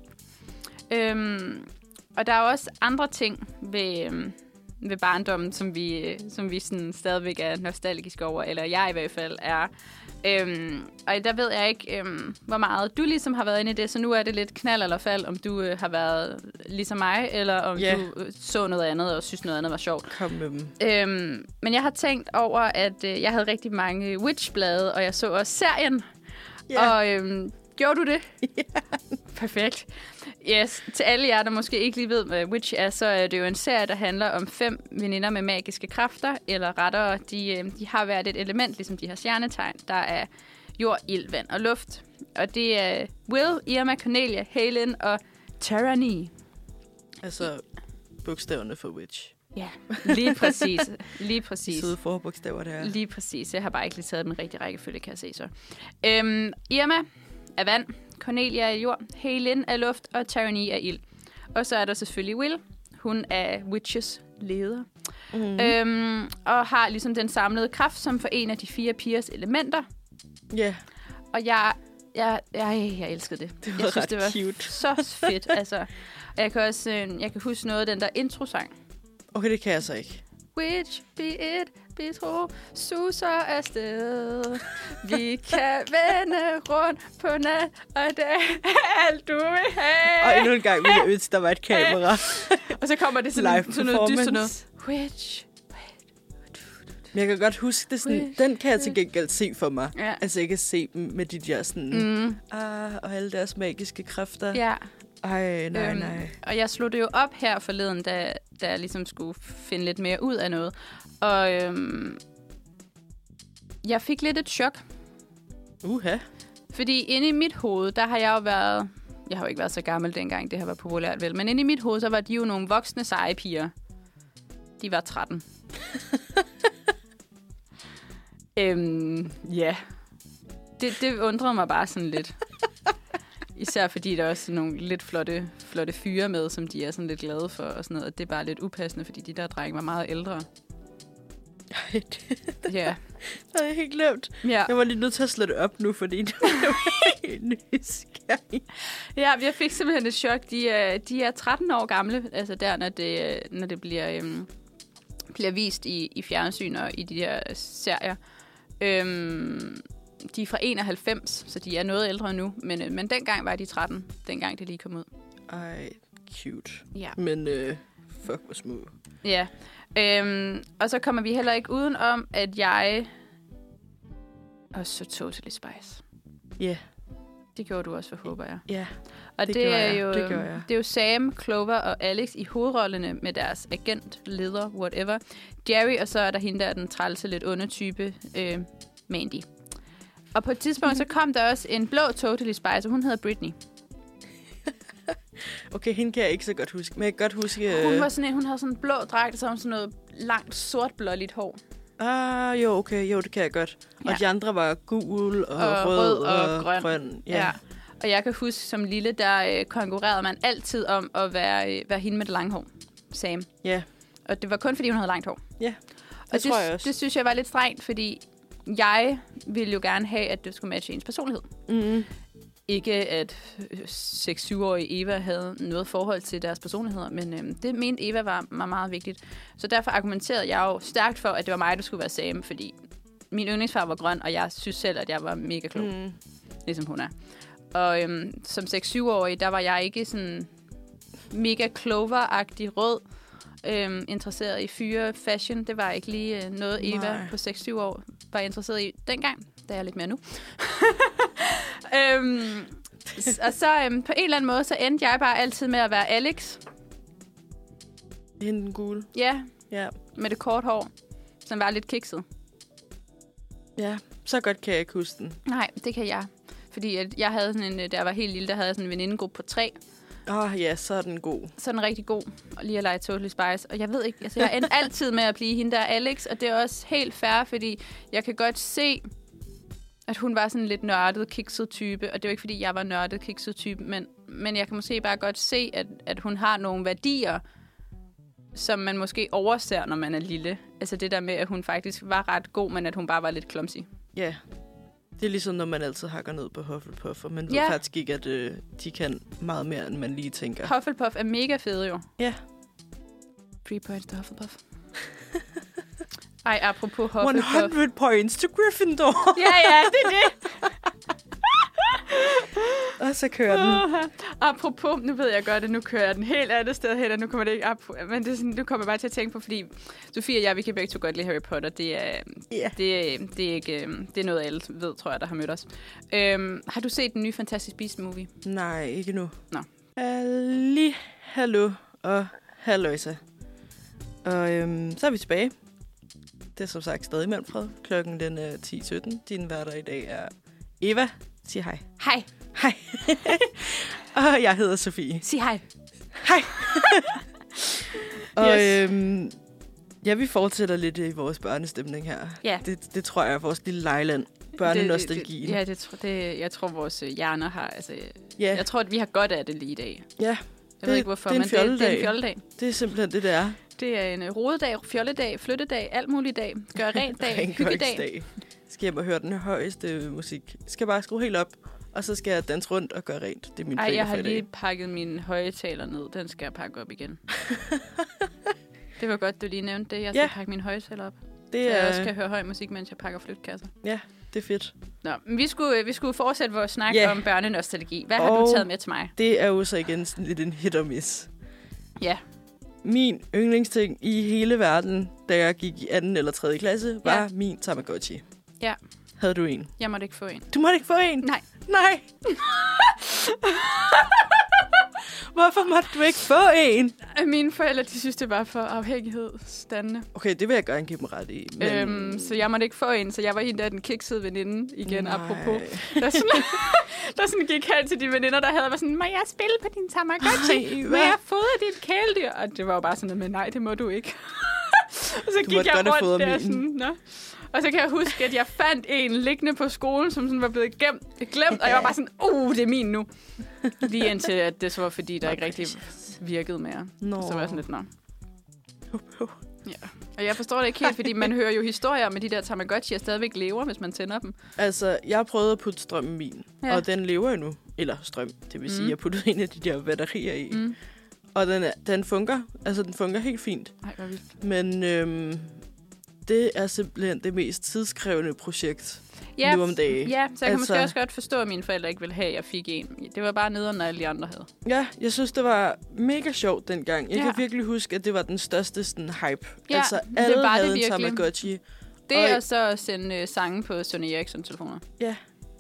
Øhm, og der er også andre ting ved, øhm, ved barndommen, som vi, som vi sådan stadigvæk er nostalgiske over, eller jeg i hvert fald er. Øhm, og der ved jeg ikke, øhm, hvor meget du ligesom har været inde i det, så nu er det lidt knald eller fald, om du øh, har været ligesom mig, eller om yeah. du øh, så noget andet og synes noget andet var sjovt. Kom med dem. Øhm, men jeg har tænkt over, at øh, jeg havde rigtig mange Witch-blade, og jeg så også serien. Yeah. Og øhm, gjorde du det? Ja. Yeah. Perfekt. Yes, til alle jer, der måske ikke lige ved, hvad Witch er, så er det jo en serie, der handler om fem veninder med magiske kræfter, eller rettere, de, de har hvert et element, ligesom de har stjernetegn. Der er jord, ild, vand og luft. Og det er Will, Irma, Cornelia, Helen og Tyranny. Altså bogstaverne for Witch. Ja, lige præcis. Lige præcis. Søde forbogstaver, der. Lige præcis. Jeg har bare ikke lige taget den rigtige rækkefølge, kan jeg se så. Øhm, Irma er vand, Cornelia er jord, Helen er luft, og Tyranny er ild. Og så er der selvfølgelig Will. Hun er Witches leder. Mm. Øhm, og har ligesom den samlede kraft, som for en af de fire pigers elementer. Ja. Yeah. Og jeg, jeg, jeg, jeg elskede det. Det var jeg synes, ret det var cute. Så fedt. Altså. Og jeg kan også øh, jeg kan huske noget af den der introsang. Okay, det kan jeg så ikke. Witch, be it, be tro, suser afsted. Vi kan vende rundt på nat og dag, alt du vil have. Og endnu en gang ville jeg ønske, der var et kamera. Og så kommer det sådan, sådan noget dyst og noget. Witch. Men jeg kan godt huske det sådan, den kan jeg til gengæld se for mig. Ja. Altså jeg kan se dem med de der sådan, mm. ah, og alle deres magiske kræfter. Ja. Ej, nej, øhm, nej. Og jeg slog det jo op her forleden, da, da jeg ligesom skulle finde lidt mere ud af noget. Og øhm, jeg fik lidt et chok. Uha. Fordi inde i mit hoved, der har jeg jo været... Jeg har jo ikke været så gammel dengang, det har været populært vel. Men inde i mit hoved, så var de jo nogle voksne seje piger. De var tretten. øhm, ja. Det, det undrede mig bare sådan lidt. Især fordi der er også nogle lidt flotte, flotte fyre med, som de er sådan lidt glade for og sådan noget. Og det er bare lidt upassende, fordi de der drenge var meget ældre. Ej, det, ja. det havde jeg helt glemt. Ja. Jeg var lige nødt til at slå det op nu, fordi det var helt nysgerrig. Ja, jeg fik simpelthen et chok. De er, de er tretten år gamle, altså der, når det, når det bliver, øhm, bliver vist i, i fjernsyn og i de der serier. Øhm, de er fra enoghalvfems, så de er noget ældre nu. Men, øh, men dengang var de tretten, dengang det lige kom ud. Ej, cute. Ja. Men øh, fuck, hvor små. Ja. Øhm, og så kommer vi heller ikke uden om, at jeg også så Totally Spice. Ja. Yeah. Det gjorde du også, for håber jeg. Ja, yeah. Og det, det, det, er jo, det gør jeg. Det er jo Sam, Clover og Alex i hovedrollerne med deres agent, leder, whatever. Jerry, og så er der hende der, den trælse, lidt onde type, øh, Mandy. Og på et tidspunkt, så kom der også en blå Totally Spice, og hun hedder Britney. Okay, hende kan jeg ikke så godt huske, men jeg kan godt huske... Hun, var sådan en, hun havde sådan en blå dragt, og så havde hun sådan noget langt, sort-blåligt hår. Ah, jo, okay, jo, det kan jeg godt. Og ja. De andre var gul og, og rød, rød og, og grøn. grøn. Ja. Ja. Og jeg kan huske, som lille, der øh, konkurrerede man altid om at være, øh, være hende med det lange hår. Sam. Ja. Og det var kun, fordi hun havde langt hår. Ja, det og tror det, jeg også. Det synes jeg var lidt strengt, fordi jeg ville jo gerne have, at det skulle matche ens personlighed. Mm-hmm. Ikke at seks-syv-årige Eva havde noget forhold til deres personligheder, men øhm, det mente Eva var, var meget vigtigt. Så derfor argumenterede jeg jo stærkt for, at det var mig, der skulle være Sam, fordi min yndlingsfar var grøn, og jeg synes selv, at jeg var mega klog, mm. ligesom hun er. Og øhm, som seks-syv-årig, der var jeg ikke sådan mega Clover-agtig rød, øhm, interesseret i fyre fashion. Det var ikke lige øh, noget, Eva Nej. på seks-syv år var interesseret i dengang. Der er jeg lidt mere nu. øhm, og så øhm, på en eller anden måde, så endte jeg bare altid med at være Alex. Hende den gule. Ja, ja, med det kort hår, som var lidt kikset. Ja, så godt kan jeg ikke huske den. Nej, det kan jeg. Fordi at jeg havde sådan en, da jeg var helt lille, der havde jeg sådan en venindegruppe på tre. Åh oh, ja, så er den god. Så er den rigtig god, og lige at lege Totally Spice. Og jeg ved ikke, altså jeg endte altid med at blive hende der Alex, og det er også helt fair, fordi jeg kan godt se, at hun var sådan en lidt nørdet, kikset type. Og det er jo ikke, fordi jeg var nørdet, kikset type, men, men jeg kan måske bare godt se, at, at hun har nogle værdier, som man måske overser, når man er lille. Altså det der med, at hun faktisk var ret god, men at hun bare var lidt clumsy. Ja, yeah. Det er ligesom, når man altid hakker ned på Hufflepuff, og man ved ja. faktisk ikke, at øh, de kan meget mere, end man lige tænker. Hufflepuff er mega fede jo. Ja. Three points to Hufflepuff. Ej, apropos Hufflepuff. hundrede points to Gryffindor. ja, ja, det er det. Og så kører den. Uh, apropos, nu ved jeg godt, at nu kører jeg den helt andet sted hen, og nu kommer det ikke op. Men det er sådan, nu kommer jeg bare til at tænke på, fordi Sofie og jeg, vi kan begge to godt lide Harry Potter. Det er, yeah. det, det er ikke, det er noget, alle ved, tror jeg, der har mødt os. Um, har du set den nye Fantastic Beasts-movie? Nej, ikke nu. Nå. Halli, hallo og halløjsa. Og øhm, så er vi tilbage. Det er som sagt stadig Manfred. Klokken den er ti sytten. Din værter i dag er Eva. Sig hej. Hej. Hej. Og jeg hedder Sofie. Sig hej. Hej. Og yes. øhm, ja, vi fortsætter lidt i vores børnestemning her. Ja. Det, det tror jeg er vores lille lejland. Børnenostalgien. Ja, det, det, jeg tror, vores hjerner har... Altså, yeah. Jeg tror, at vi har godt af det lige i dag. Ja. det, ved ikke hvorfor, det er men det, det er en fjolledag. Det er simpelthen det, det er. Det er en rodedag, fjolledag, flyttedag, alt muligt dag. Gør rent dag, hyggedag. Skal jeg bare høre den højeste musik. Skal bare skrue helt op, og så skal jeg danse rundt og gøre rent. Det er min Ej, jeg har lige pakket mine højtaler ned. Den skal jeg pakke op igen. Det var godt, du lige nævnte det. Jeg skal ja. pakke mine højtaler op. Det så jeg er... også kan høre høj musik, mens jeg pakker flytkasser. Ja, det er fedt. Nå, men vi skulle, vi skulle fortsætte vores snak yeah. om børnenostalgi. Hvad og har du taget med til mig? Det er jo så igen sådan lidt en hit og miss. Ja. Min yndlingsting i hele verden, da jeg gik i anden eller tredje klasse, var ja. min Tamagotchi. Ja. Havde du en? Jeg måtte ikke få en. Du måtte ikke få en? Nej. Nej. Hvorfor måtte du ikke få en? Mine forældre, de synes, det var for afhængighedsdannende. Okay, det vil jeg gerne give dem ret i. Men... Øhm, så jeg måtte ikke få en, så jeg var hende der, den kiksede veninde igen, Nej. apropos. Der sådan, der sådan gik hen til de veninder, der havde været sådan, må jeg spille på din Tamagotchi? Må jeg fodre dit kæledyr? Og det var jo bare sådan noget med, nej, det må du ikke. Og så du gik jeg rundt der sådan, nå. Og så kan jeg huske, at jeg fandt en liggende på skolen, som sådan var blevet gemt, glemt, og jeg var bare sådan, uh, det er min nu. Lige indtil, at det så var, fordi der ikke rigtig virkede mere. No. Så var jeg sådan lidt, nå. Ja. Og jeg forstår det ikke helt, fordi man hører jo historier med de der Tamagotchi'er stadigvæk lever, hvis man tænder dem. Altså, jeg prøvede at putte strøm i min, ja. og den lever jo nu. Eller strøm, det vil sige, mm. jeg puttede en af de der batterier i. Mm. Og den, er, den fungerer. Altså, den fungerer helt fint. Ej, hvor vildt. Men øhm, det er simpelthen det mest tidskrævende projekt ja, nu om dagen. Ja, så jeg kan altså, måske også godt forstå, at mine forældre ikke ville have, at jeg fik en. Det var bare nederen, når alle de andre havde. Ja, jeg synes, det var mega sjovt dengang. Jeg ja. kan virkelig huske, at det var den største sådan, hype. Ja, altså, alle det var havde det virkelig. en Tamagotchi. Det er og så at sende uh, sange på Sony Ericsson-telefoner. Ja.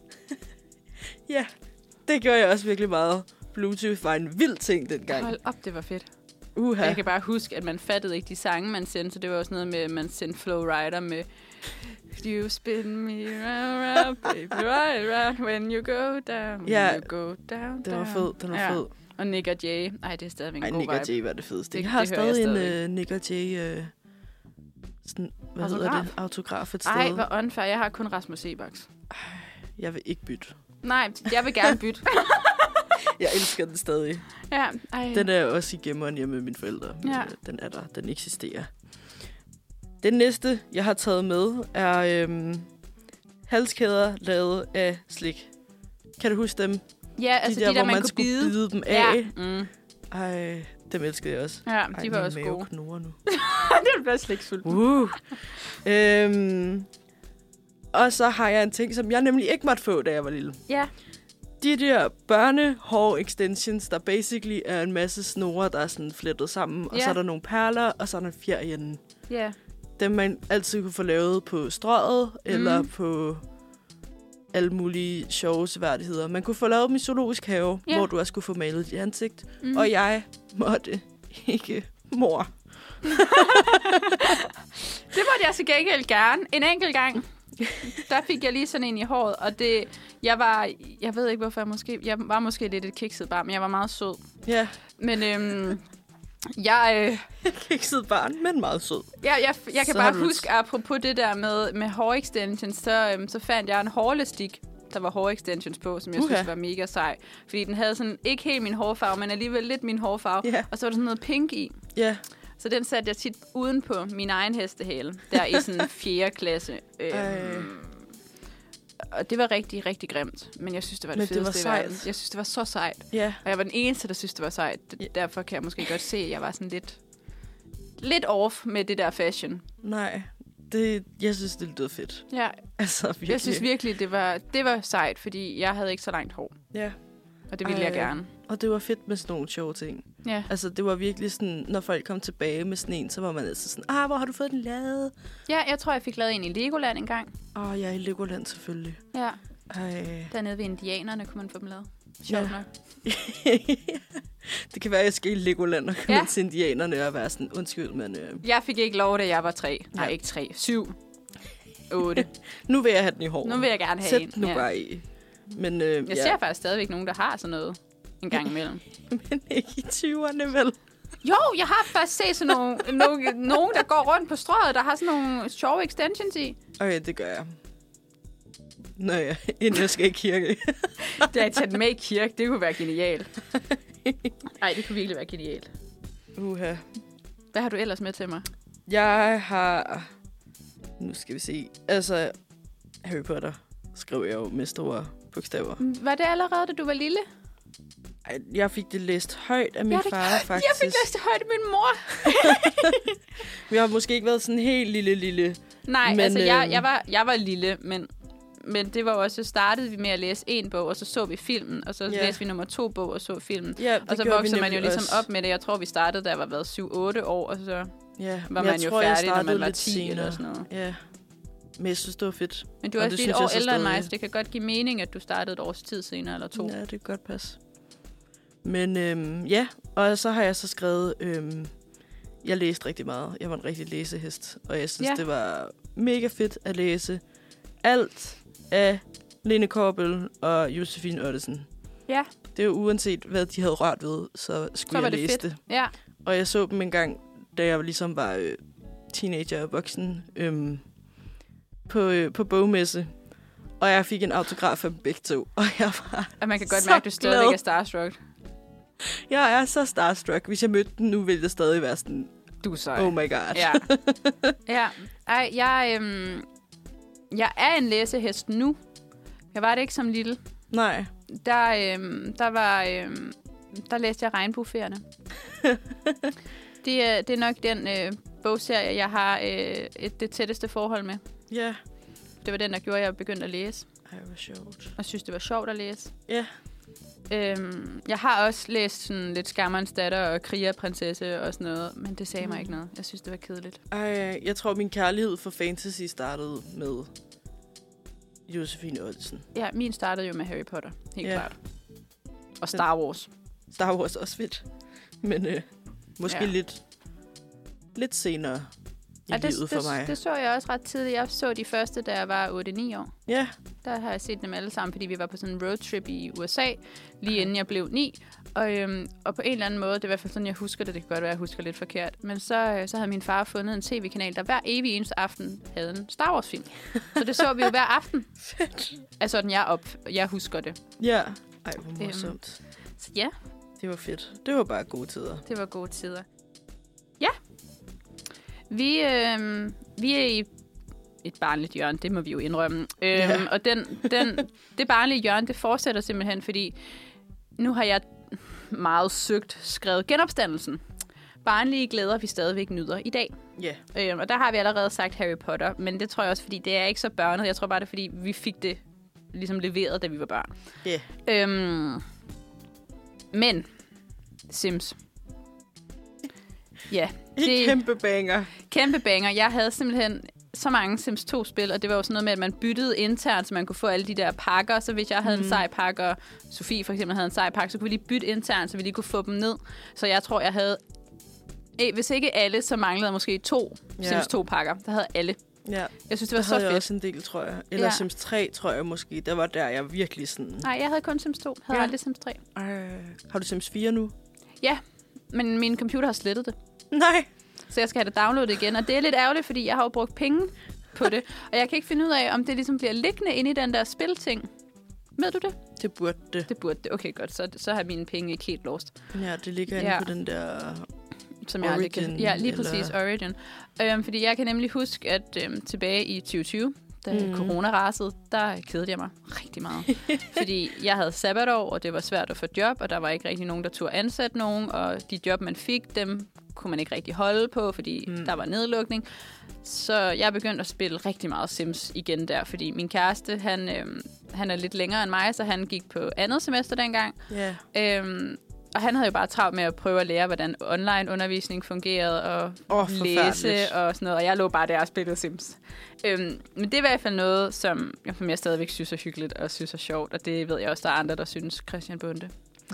Ja, det gjorde jeg også virkelig meget. Bluetooth var en vild ting dengang. Hold op, det var fedt. Uha. Jeg kan bare huske, at man fattede ikke de sange, man sendte, så det var også noget med, at man sendte Flow Rider med You spin me round, round, baby, right round, when you go down, ja, when you go down, det var fed, det var ja. fed. Og Nick og Jay, ej, det er stadigvæk en ej, god Nick vibe. og Jay var det fedeste. Det, jeg har det stadig, jeg stadig en uh, Nick og Jay, uh, sådan, hvad autograf? hedder det, autograf et sted. Ej, hvor unfair, jeg har kun Rasmus Sebaks. Jeg vil ikke bytte. Nej, jeg vil gerne bytte. Jeg elsker den stadig. Ja, ej. Den er også i gemmeren hjemme med mine forældre. Ja. Den er der. Den eksisterer. Den næste, jeg har taget med, er øhm, halskæder lavet af slik. Kan du huske dem? Ja, altså de der, de der hvor man, man kunne bide. bide dem af. Ja. Mm. Ej, dem elskede jeg også. Ja, de Ej, var også gode. Ej, knurrer nu. Det bliver sliksulten. Uh. øhm, og så har jeg en ting, som jeg nemlig ikke måtte få, da jeg var lille. Ja. De der børnehår extensions, der basically er en masse snore, der er sådan flettet sammen. Yeah. Og så er der nogle perler, og så er der en fjer i enden. Ja. Yeah. Dem man altid kunne få lavet på strøget, mm. eller på alle mulige sjove seværdigheder. Man kunne få lavet dem i zoologisk have, yeah. hvor du også kunne få malet dit ansigt. Mm. Og jeg måtte ikke, mor. Det måtte jeg så gengæld gerne. En enkelt gang. Der fik jeg lige sådan en i håret, og det, jeg var, jeg ved ikke hvorfor, jeg måske, jeg var måske lidt et kikset barn, men jeg var meget sød. Ja. Yeah. Men øhm, jeg... Øh, kikset barn, men meget sød. Ja, jeg, jeg kan så bare huske, apropos det der med, med hår-extensions, så, øhm, så fandt jeg en hårlastik, der var hår-extensions på, som jeg okay. synes var mega sej. Fordi den havde sådan, ikke helt min hårfarve, men alligevel lidt min hårfarve. Yeah. Og så var der sådan noget pink i. Ja. Yeah. Så den satte jeg tit uden på min egen hestehale, der i sådan fjerde klasse. Øhm, og det var rigtig, rigtig grimt. Men jeg synes, det var det men fedeste det var i verden. Jeg synes, det var så sejt. Yeah. Og jeg var den eneste, der synes, det var sejt. Yeah. Derfor kan jeg måske godt se, at jeg var sådan lidt, lidt off med det der fashion. Nej, det, jeg synes, det lød fedt. Ja, altså, virkelig. Jeg synes virkelig, det var, det var sejt, fordi jeg havde ikke så langt hår. Ja. Og det ville Ej, jeg gerne. Og det var fedt med sådan nogle sjove ting. Ja. Altså, det var virkelig sådan, når folk kom tilbage med sådan en, så var man altså sådan, ah, hvor har du fået den lavet? Ja, jeg tror, jeg fik lavet en i Legoland engang. Åh, oh, ja, i Legoland selvfølgelig. Ja. Ej. Dernede ved indianerne kunne man få dem lavet. Sjovt ja. nok. Det kan være, at jeg skal i Legoland og komme ja. til indianerne og være sådan, undskyld, men... Øh... Jeg fik ikke lov, da jeg var tre. Nej, ja. ikke tre. Syv. Otte. Nu vil jeg have den i håret. Nu vil jeg gerne have Sæt en. Sæt nu ja. bare i. Men, øh, jeg ja. ser faktisk stadigvæk nogen, der har sådan noget en gang imellem. Men ikke i tyverne, vel? Jo, jeg har faktisk set sådan nogle, nogle, nogen, der går rundt på strøget, der har sådan nogle sjove extensions i. Okay, det gør jeg. Nå ja, inden jeg skal i kirke. Det er taget med i kirke, det kunne være genialt. Ej, det kunne virkelig være genialt. Uha. Hvad har du ellers med til mig? Jeg har... Nu skal vi se. Altså, Harry Potter skrev jeg jo med store bogstaver. Var det allerede, da du var lille? Ej, jeg fik det læst højt af min ja, far, jeg faktisk. Jeg fik læst det højt af min mor. Vi har måske ikke været sådan helt lille, lille. Nej, men, altså, øh... jeg, jeg, var, jeg var lille, men... Men det var også, så startede vi med at læse en bog, og så så vi filmen, og så yeah. læste vi nummer to bog, og så filmen. Ja, og så voksede man jo ligesom også op med det. Jeg tror, vi startede, da jeg var været syv otte år, og så ja, var man jo tror, færdig, når man var ti ti eller sådan noget. Ja, men jeg synes, det var fedt. Men du er også lige et år ældre end mig, så det kan godt give mening, at du startede et års tid senere eller to. Ja, det kan godt passe. Men øhm, ja, og så har jeg så skrevet, øhm, jeg læste rigtig meget. Jeg var en rigtig læsehest, og jeg synes, ja. det var mega fedt at læse alt af Lene Kaaberbøl og Josefine Ottesen. Ja. Det er jo uanset, hvad de havde rørt ved, så skulle så jeg læse det. det. Ja. Og jeg så dem en gang, da jeg ligesom var øh, teenager og voksen, øhm, på, øh, på bogmesse. Og jeg fik en autograf af dem begge to. Og jeg var og man kan godt mærke, at du stadigvæk er starstruck. Jeg er så starstruck. Hvis jeg mødte den nu, ville det stadig være sådan... Du er sej. Oh my god. Ja. ja. Ej, jeg, øhm, jeg er en læsehest nu. Jeg var det ikke som lille. Nej. Der, øhm, der var... Øhm, der læste jeg Regnbueferierne. det, er, det er nok den øh, bogserie, jeg har øh, et, det tætteste forhold med. Ja. Yeah. Det var den, der gjorde, at jeg begyndte at læse. Ej, hvor sjovt. Og synes, det var sjovt at læse. Ja. Yeah. Øhm, jeg har også læst sådan lidt Skammerens Datter og Krigerprinsesse og sådan noget, men det sagde mm. mig ikke noget. Jeg synes, det var kedeligt. Ej, jeg tror, min kærlighed for fantasy startede med Josefine Ottesen. Ja, min startede jo med Harry Potter, helt ja. klart. Og Star Wars. Star Wars også fedt. Men øh, måske ja. lidt, lidt senere i ja, det, livet for det, mig. Det så jeg også ret tidligt. Jeg så de første, da jeg var otte ni år. Ja. Der har jeg set dem alle sammen, fordi vi var på sådan en roadtrip i U S A, lige inden jeg blev ni. Og, øhm, og på en eller anden måde, det er i hvert fald sådan, jeg husker det. Det kan godt være, jeg husker lidt forkert. Men så, så havde min far fundet en tv-kanal, der hver evig eneste aften havde en Star Wars-film. Så det så vi jo hver aften. Fedt. Altså, den jeg, op, jeg husker det. Ja. Ej, hvor morsomt. Øhm, så ja. Det var fedt. Det var bare gode tider. Det var gode tider. Ja. Vi, øh, vi er i et barnligt hjørne, det må vi jo indrømme. Øhm, ja. Og den, den, det barnlige hjørne, det fortsætter simpelthen, fordi nu har jeg meget søgt skrevet Genopstandelsen. Barnlige glæder, vi stadigvæk nyder i dag. Ja. Øhm, og der har vi allerede sagt Harry Potter, men det tror jeg også, fordi det er ikke så børnet. Jeg tror bare, det er, fordi vi fik det ligesom leveret, da vi var børn. Ja. Øhm, men Sims. Ja. Det, kæmpe banger. Kæmpe banger. Jeg havde simpelthen så mange Sims to-spil, og det var jo sådan noget med, at man byttede internt, så man kunne få alle de der pakker. Så hvis jeg havde mm. en sej pakke, og Sofie for eksempel havde en sej pakke, så kunne vi lige bytte internt, så vi lige kunne få dem ned. Så jeg tror, jeg havde... Hvis ikke alle, så manglede jeg måske to ja. Sims to-pakker. Der havde alle. Ja. Jeg synes, det var der så fedt. havde jeg også en del, tror jeg. Eller ja. Sims tre, tror jeg måske. Der var der, jeg virkelig sådan... Nej, jeg havde kun Sims to. Jeg havde ja. aldrig Sims tre. Øh, har du Sims fire nu? Ja, men min computer har slettet det. Nej. Så jeg skal have det downloadet igen. Og det er lidt ærgerligt, fordi jeg har jo brugt penge på det. Og jeg kan ikke finde ud af, om det ligesom bliver liggende inde i den der spilting. Ved du det? Det burde det. Det burde det. Okay, godt. Så, så har mine penge ikke helt lost. Ja, det ligger inde ja. på den der... Som jeg Origin, kan, ja, lige eller... præcis, Origin. Øhm, fordi jeg kan nemlig huske, at øhm, tilbage i tyve tyve, da mm. corona rasede, der kedede jeg mig rigtig meget. Fordi jeg havde sabbatår, og det var svært at få job, og der var ikke rigtig nogen, der turde ansætte nogen, og de job, man fik, dem kunne man ikke rigtig holde på, fordi mm. der var nedlukning. Så jeg begyndte at spille rigtig meget Sims igen der, fordi min kæreste, han, øhm, han er lidt længere end mig, så han gik på andet semester dengang. Yeah. Øhm, Og han havde jo bare travlt med at prøve at lære, hvordan online-undervisning fungerede, og oh, læse og sådan noget. Og jeg lå bare der og spillede Sims. Øhm, men det er i hvert fald noget, som jeg, jeg stadigvæk synes er hyggeligt og synes er sjovt. Og det ved jeg også, der er andre, der synes. Christian Bonde.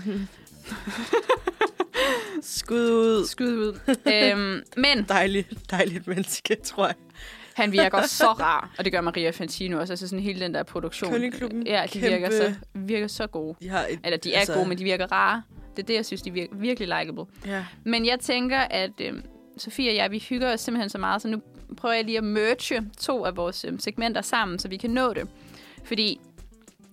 Skud ud. Skud ud. øhm, men... Dejligt, dejligt menneske, tror jeg. Han virker så rar, og det gør Maria Fantino også. Altså sådan hele den der produktion. Curlingklubben. Ja, de virker så, virker så gode. De har et, Eller de er altså... gode, men de virker rare. Det er det, jeg synes, de virker virkelig likeable. Ja. Men jeg tænker, at øh, Sofie og jeg, vi hygger os simpelthen så meget, så nu prøver jeg lige at merge to af vores øh, segmenter sammen, så vi kan nå det. Fordi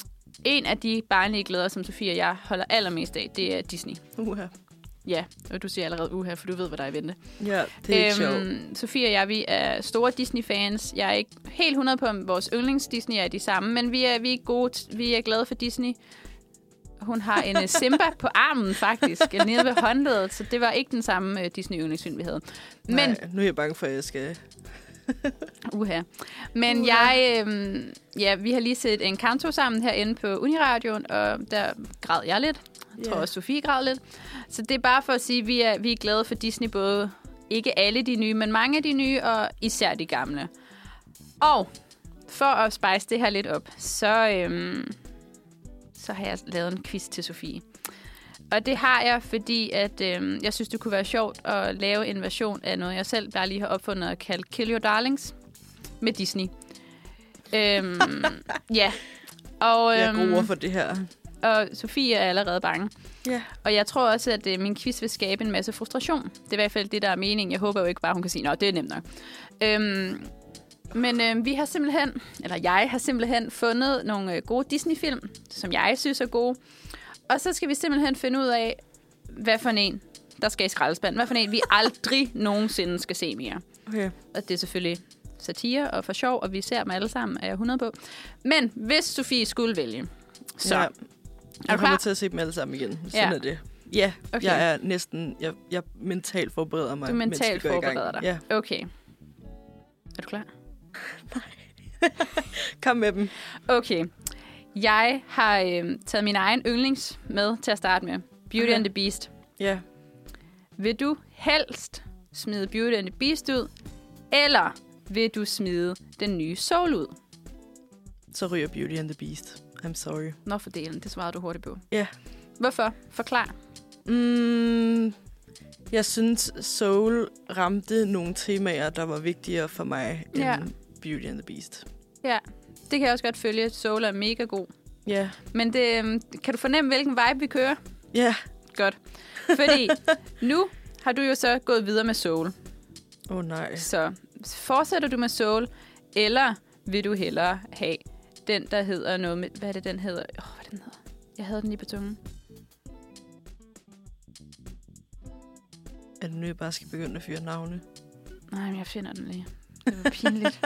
en af de barnlige glæder, som Sofie og jeg holder allermest af, det er Disney. Uha. Ja, og du siger allerede uha, for du ved, hvad der er i vente. Ja, det er øhm, sjovt. Sofie og jeg, vi er store Disney-fans. Jeg er ikke helt hundrede på, om vores yndlings-Disney er de samme, men vi er, vi er gode, vi er glade for Disney. Hun har en Simba på armen, faktisk, nede ved håndledet, så det var ikke den samme uh, Disney-yndlingsfilm, vi havde. Men, Nej, nu er jeg bange for, at jeg skal... uha. Men uha. jeg... Øhm, ja, vi har lige set Encanto sammen herinde på Uniradioen, og der græd jeg lidt. Jeg tror yeah. også, Sofie græd lidt. Så det er bare for at sige, at vi er, vi er glade for Disney, både ikke alle de nye, men mange af de nye, og især de gamle. Og for at spice det her lidt op, så... Øhm, så har jeg lavet en quiz til Sofie. Og det har jeg, fordi at, øh, jeg synes, det kunne være sjovt at lave en version af noget, jeg selv bare lige har opfundet og kaldt Kill Your Darlings med Disney. Øhm, ja. Og, øhm, jeg er gode for det her. Og Sofie er allerede bange. Ja. Og jeg tror også, at øh, min quiz vil skabe en masse frustration. Det er i hvert fald det, der er meningen. Jeg håber jo ikke bare, hun kan sige, nå, det er nemt nok. Øhm, Men øh, vi har simpelthen, eller jeg har simpelthen fundet nogle øh, gode Disney-film, som jeg synes er gode. Og så skal vi simpelthen finde ud af, hvad for en, der skal i skraldespanden. Hvad for en, vi aldrig nogensinde skal se mere. Okay. Og det er selvfølgelig satire og for sjov, og vi ser dem alle sammen, er jeg hundrede på. Men hvis Sofie skulle vælge, så... Ja. Jeg kommer til at se dem alle sammen igen. Sådan ja. er det. Ja, okay. jeg er næsten... Jeg, jeg mentalt forbereder mig, du mentalt mens vi går i gang. forbereder dig? Ja. Okay. Er du klar? Nej. Kom med dem. Okay. Jeg har øh, taget min egen yndlings med til at starte med. Beauty okay. and the Beast. Ja. Yeah. Vil du helst smide Beauty and the Beast ud, eller vil du smide den nye Soul ud? Så ryger Beauty and the Beast. I'm sorry. Nå for delen, det svarede du hurtigt på. Ja. Yeah. Hvorfor? Forklar. Mm, jeg synes, Soul ramte nogle temaer, der var vigtigere for mig end ja. Beauty and the Beast. Ja, det kan jeg også godt følge. Soul er mega god. Ja. Men det, kan du fornemme, hvilken vibe vi kører? Ja. Godt. Fordi nu har du jo så gået videre med Soul. Åh oh, nej. Så fortsætter du med Soul, eller vil du hellere have den, der hedder noget med... Hvad er det, den hedder? Åh, oh, hvad den hedder? Jeg havde den lige på tungen. Er det nu, jeg bare skal begynde at fyre navne? Nej, men jeg finder den lige. Det var pinligt.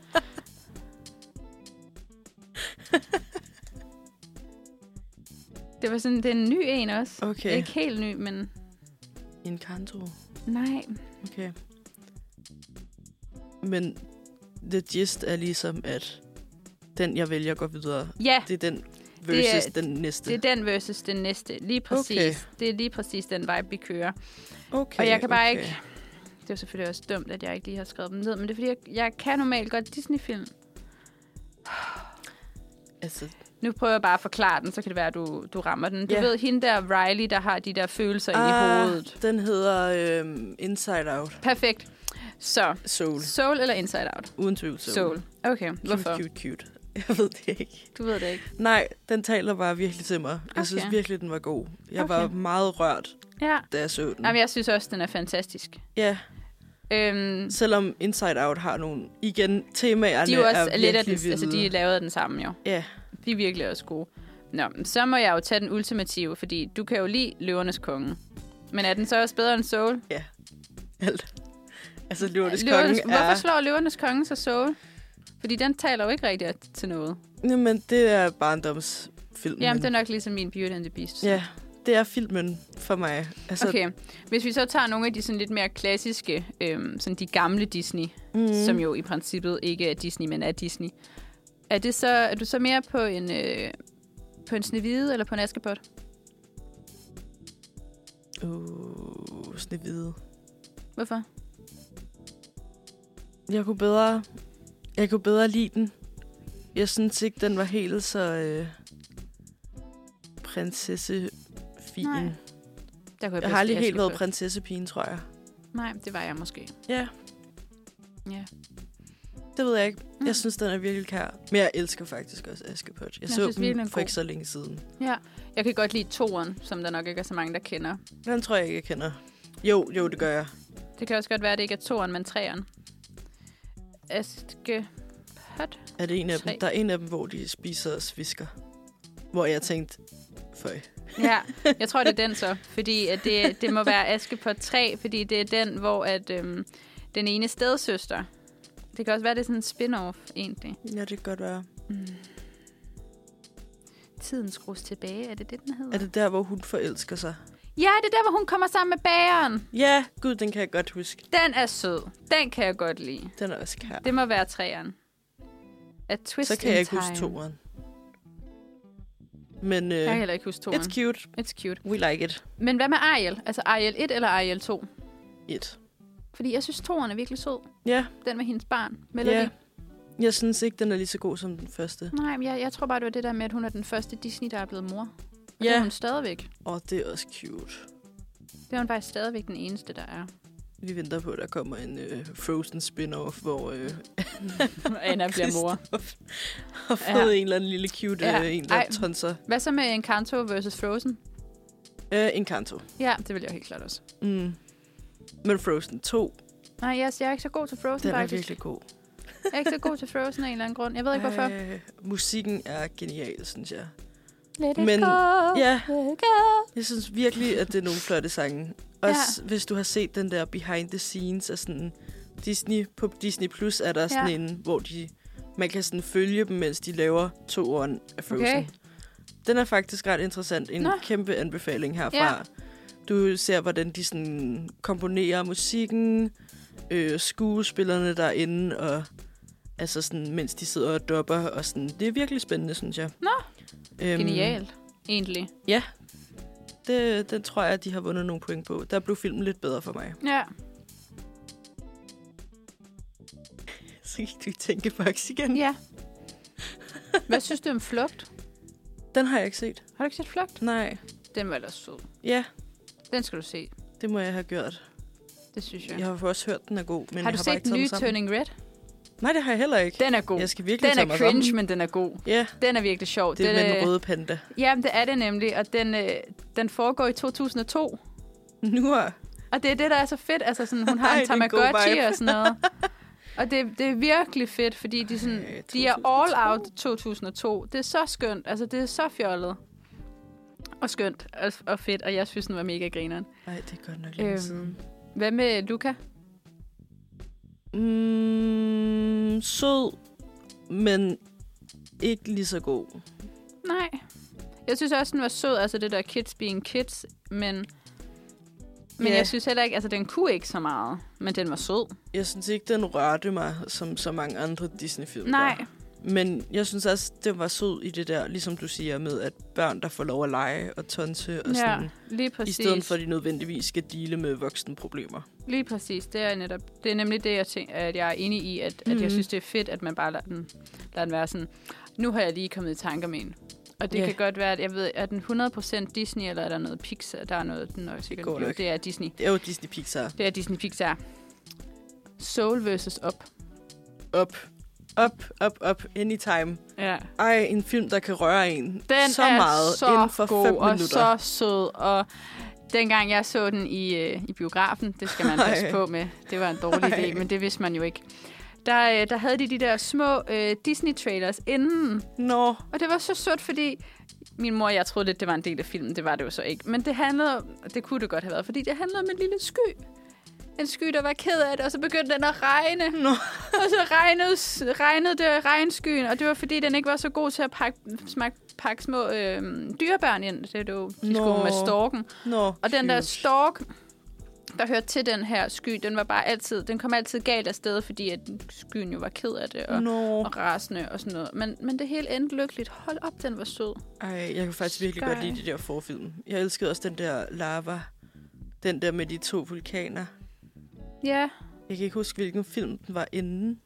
Det var sådan, det er en ny en også. Okay. Ikke helt ny, men... Encanto? Nej. Okay. Men the gist er ligesom, at den, jeg vælger, går videre. Ja. Det er den versus det er, den næste. Det er den versus den næste. Lige præcis. Okay. Det er lige præcis den vibe, vi kører. Okay, og jeg kan bare okay. ikke... Det er selvfølgelig også dumt, at jeg ikke lige har skrevet dem ned, men det er fordi, jeg, jeg kan normalt godt Disney-film. Altså... Nu prøver jeg bare at forklare den, så kan det være, at du, du rammer den. Du yeah. ved, hende der Riley, der har de der følelser ah, inde i hovedet. Den hedder øhm, Inside Out. Perfekt. Så, Soul. Soul eller Inside Out? Uden tvivl Soul. Soul. Okay, cute, hvorfor? Cute, cute, Jeg ved det ikke. Du ved det ikke? Nej, den taler bare virkelig til mig. Jeg okay. synes virkelig, den var god. Jeg okay. var meget rørt, ja. da jeg så den. Jamen, jeg synes også, den er fantastisk. Ja. Øhm, Selvom Inside Out har nogle, igen, temaerne de er, også er lidt af virkelig den, altså, de er lavet af den samme, jo. Ja. De er virkelig også gode. Nå, så må jeg jo tage den ultimative, fordi du kan jo lide Løvernes Konge. Men er den så også bedre end Soul? Ja. Alt. Altså, Løvernes Løvernes, Konge er... Hvorfor slår Løvernes Konge så Soul? Fordi den taler jo ikke rigtig til noget. Jamen, det er barndomsfilmen. Jamen, det er nok ligesom min Beauty and the Beast. Ja, det er filmen for mig. Altså... Okay, hvis vi så tager nogle af de sådan lidt mere klassiske, øhm, sådan de gamle Disney, mm. som jo i princippet ikke er Disney, men er Disney. Er, det så, er du så mere på en, øh, på en Snehvide eller på en Askepot? Uh, Snehvide. Hvorfor? Jeg kunne bedre... Jeg kunne bedre lide den. Jeg synes ikke, den var helt så øh, prinsessefin. Nej. Der kunne jeg jeg har aldrig helt været prinsessepigen, tror jeg. Nej, det var jeg måske. Ja. Ja. Det ved jeg ikke. Mm. Jeg synes, den er virkelig kær. Men jeg elsker faktisk også Askepot. Jeg, jeg så den for ikke så længe siden. Ja, jeg kan godt lide toeren, som der nok ikke er så mange, der kender. Den tror jeg ikke, jeg kender. Jo, jo, det gør jeg. Det kan også godt være, at det ikke er toeren, men treeren. Askepot. Er det en af dem? Der er en af dem, hvor de spiser svisker. Hvor jeg tænkte, føj. Ja, jeg tror, det er den så. Fordi at det, det må være Askepot tre, fordi det er den, hvor at, øhm, den ene stedsøster. Det kan også være, det er sådan en spin-off, egentlig. Ja, det kan godt være. Mm. Tiden skrues tilbage, er det det, den hedder? Er det der, hvor hun forelsker sig? Ja, det er der, hvor hun kommer sammen med bageren. Ja, gud, den kan jeg godt huske. Den er sød. Den kan jeg godt lide. Den er også kær. Det må være træeren. A Twist Så kan jeg ikke huske toeren. Men uh, jeg kan heller ikke huske toeren. It's cute. It's cute. We like it. Men hvad med Ariel? Altså Ariel et eller Ariel to? et. Fordi jeg synes, toeren er virkelig sød. Ja. Den med hendes barn, Melody. Ja. Jeg synes ikke, den er lige så god som den første. Nej, men jeg, jeg tror bare, det var det der med, at hun er den første Disney, der er blevet mor. Og ja. det er hun stadigvæk. Åh, oh, det er også cute. Det er hun faktisk stadigvæk den eneste, der er. Vi venter på, at der kommer en uh, Frozen spin-off, hvor uh, Anna bliver mor. har fået ja. en eller anden lille cute ja. uh, en, der Ej, tonser. Hvad så med Encanto versus Frozen? Uh, Encanto. Ja, det vil jeg helt klart også. Mm. Men Frozen to. Nej, jeg, jeg er ikke så god til Frozen, den faktisk. Den er virkelig god. Jeg er ikke så god til Frozen af en eller anden grund. Jeg ved ikke, hvorfor. Øh, musikken er genial, synes jeg. Let Men it go, ja, let it go. Jeg synes virkelig, at det er nogle flotte sange. Også ja. hvis du har set den der behind the scenes af sådan Disney. På Disney Plus er der sådan ja. en, hvor de, man kan sådan følge dem, mens de laver toeren af Frozen. Okay. Den er faktisk ret interessant. En Nå. kæmpe anbefaling herfra. Ja. Du ser, hvordan de sådan komponerer musikken, øh, skuespillerne derinde, og altså sådan, mens de sidder og dubber. Og sådan. Det er virkelig spændende, synes jeg. Nå, øhm, genialt, egentlig. Ja, det, den tror jeg, at de har vundet nogle point på. Der blev filmen lidt bedre for mig. Ja. Så gik du i tænkeboks igen. Ja. Hvad synes du om Flugt? Den har jeg ikke set. Har du ikke set Flugt? Nej. Den var ellers sød. Ja. Den skal du se. Det må jeg have gjort. Det synes jeg. Jeg har også hørt, den er god. Men har du jeg har set den nye Turning Red? Nej, det har jeg heller ikke. Den er god. Jeg skal virkelig den er cringe, men den er god. Ja. Den er virkelig sjov. Det er den, med den røde panda. Jamen, det er det nemlig. Og den, øh, den foregår i to tusind og to. Nu er... Og det er det, der er så fedt. Altså, sådan, hun har Ej, en Tamagotchi og sådan noget. Og det, det er virkelig fedt, fordi de, sådan, Ej, de er all out to tusind og to. Det er så skønt. Altså, det er så fjollet. Og skønt og, og fedt. Og jeg synes, den var mega grineren. Nej, det er godt nok længe siden. Øhm, hvad med Luca? Mm, sød, men ikke lige så god. Nej. Jeg synes også, den var sød, altså det der kids being kids, men, men yeah. jeg synes heller ikke, altså den kunne ikke så meget, men den var sød. Jeg synes ikke, den rørte mig, som så mange andre Disney-film. Nej. Der. Men jeg synes også, det var sød i det der, ligesom du siger, med at børn, der får lov at lege og tonse, og sådan, ja, lige præcis. I stedet for, at de nødvendigvis skal deale med voksne problemer. Lige præcis. Det er netop, det er nemlig det, jeg tænker, at jeg er enig i, at, mm. at jeg synes, det er fedt, at man bare lader den, lader den være sådan, nu har jeg lige kommet i tanker med en. Og det yeah. kan godt være, at jeg ved, er den hundrede procent Disney, eller er der noget Pixar? Der er noget, den er sikkert, det, jo, det er Disney. Det er jo Disney Pixar. Det er Disney Pixar. Soul versus Up. Up. Up, up, up, anytime. Ja. Ej, en film, der kan røre en den så meget så inden for god fem minutter. Og så sød. Og dengang jeg så den i, øh, i biografen, det skal man passe på med. Det var en dårlig Ej. idé, men det vidste man jo ikke. Der, øh, der havde de de der små øh, Disney-trailers inden. Nå. Og det var så sødt, fordi min mor, jeg troede lidt, det var en del af filmen. Det var det jo så ikke. Men det handlede, det kunne det godt have været, fordi det handlede om en lille sky. En sky, der var ked af det, og så begyndte den at regne. Nå. Og så regnede, regnede det regnskyen, og det var fordi, den ikke var så god til at pakke, pakke, pakke små øh, dyrebørn ind. Det er jo, de skulle med storken. Nå, og den cute. Der stork, der hørte til den her sky, den var bare altid, den kom altid galt afsted, fordi at skyen jo var ked af det, og, og rasende og sådan noget. Men, men det hele endte lykkeligt. Hold op, den var sød. Ej, jeg kan faktisk virkelig Sky. godt lide de der forfilm. Jeg elskede også den der lava. Den der med de to vulkaner. Ja. Jeg kan ikke huske, hvilken film den var inden.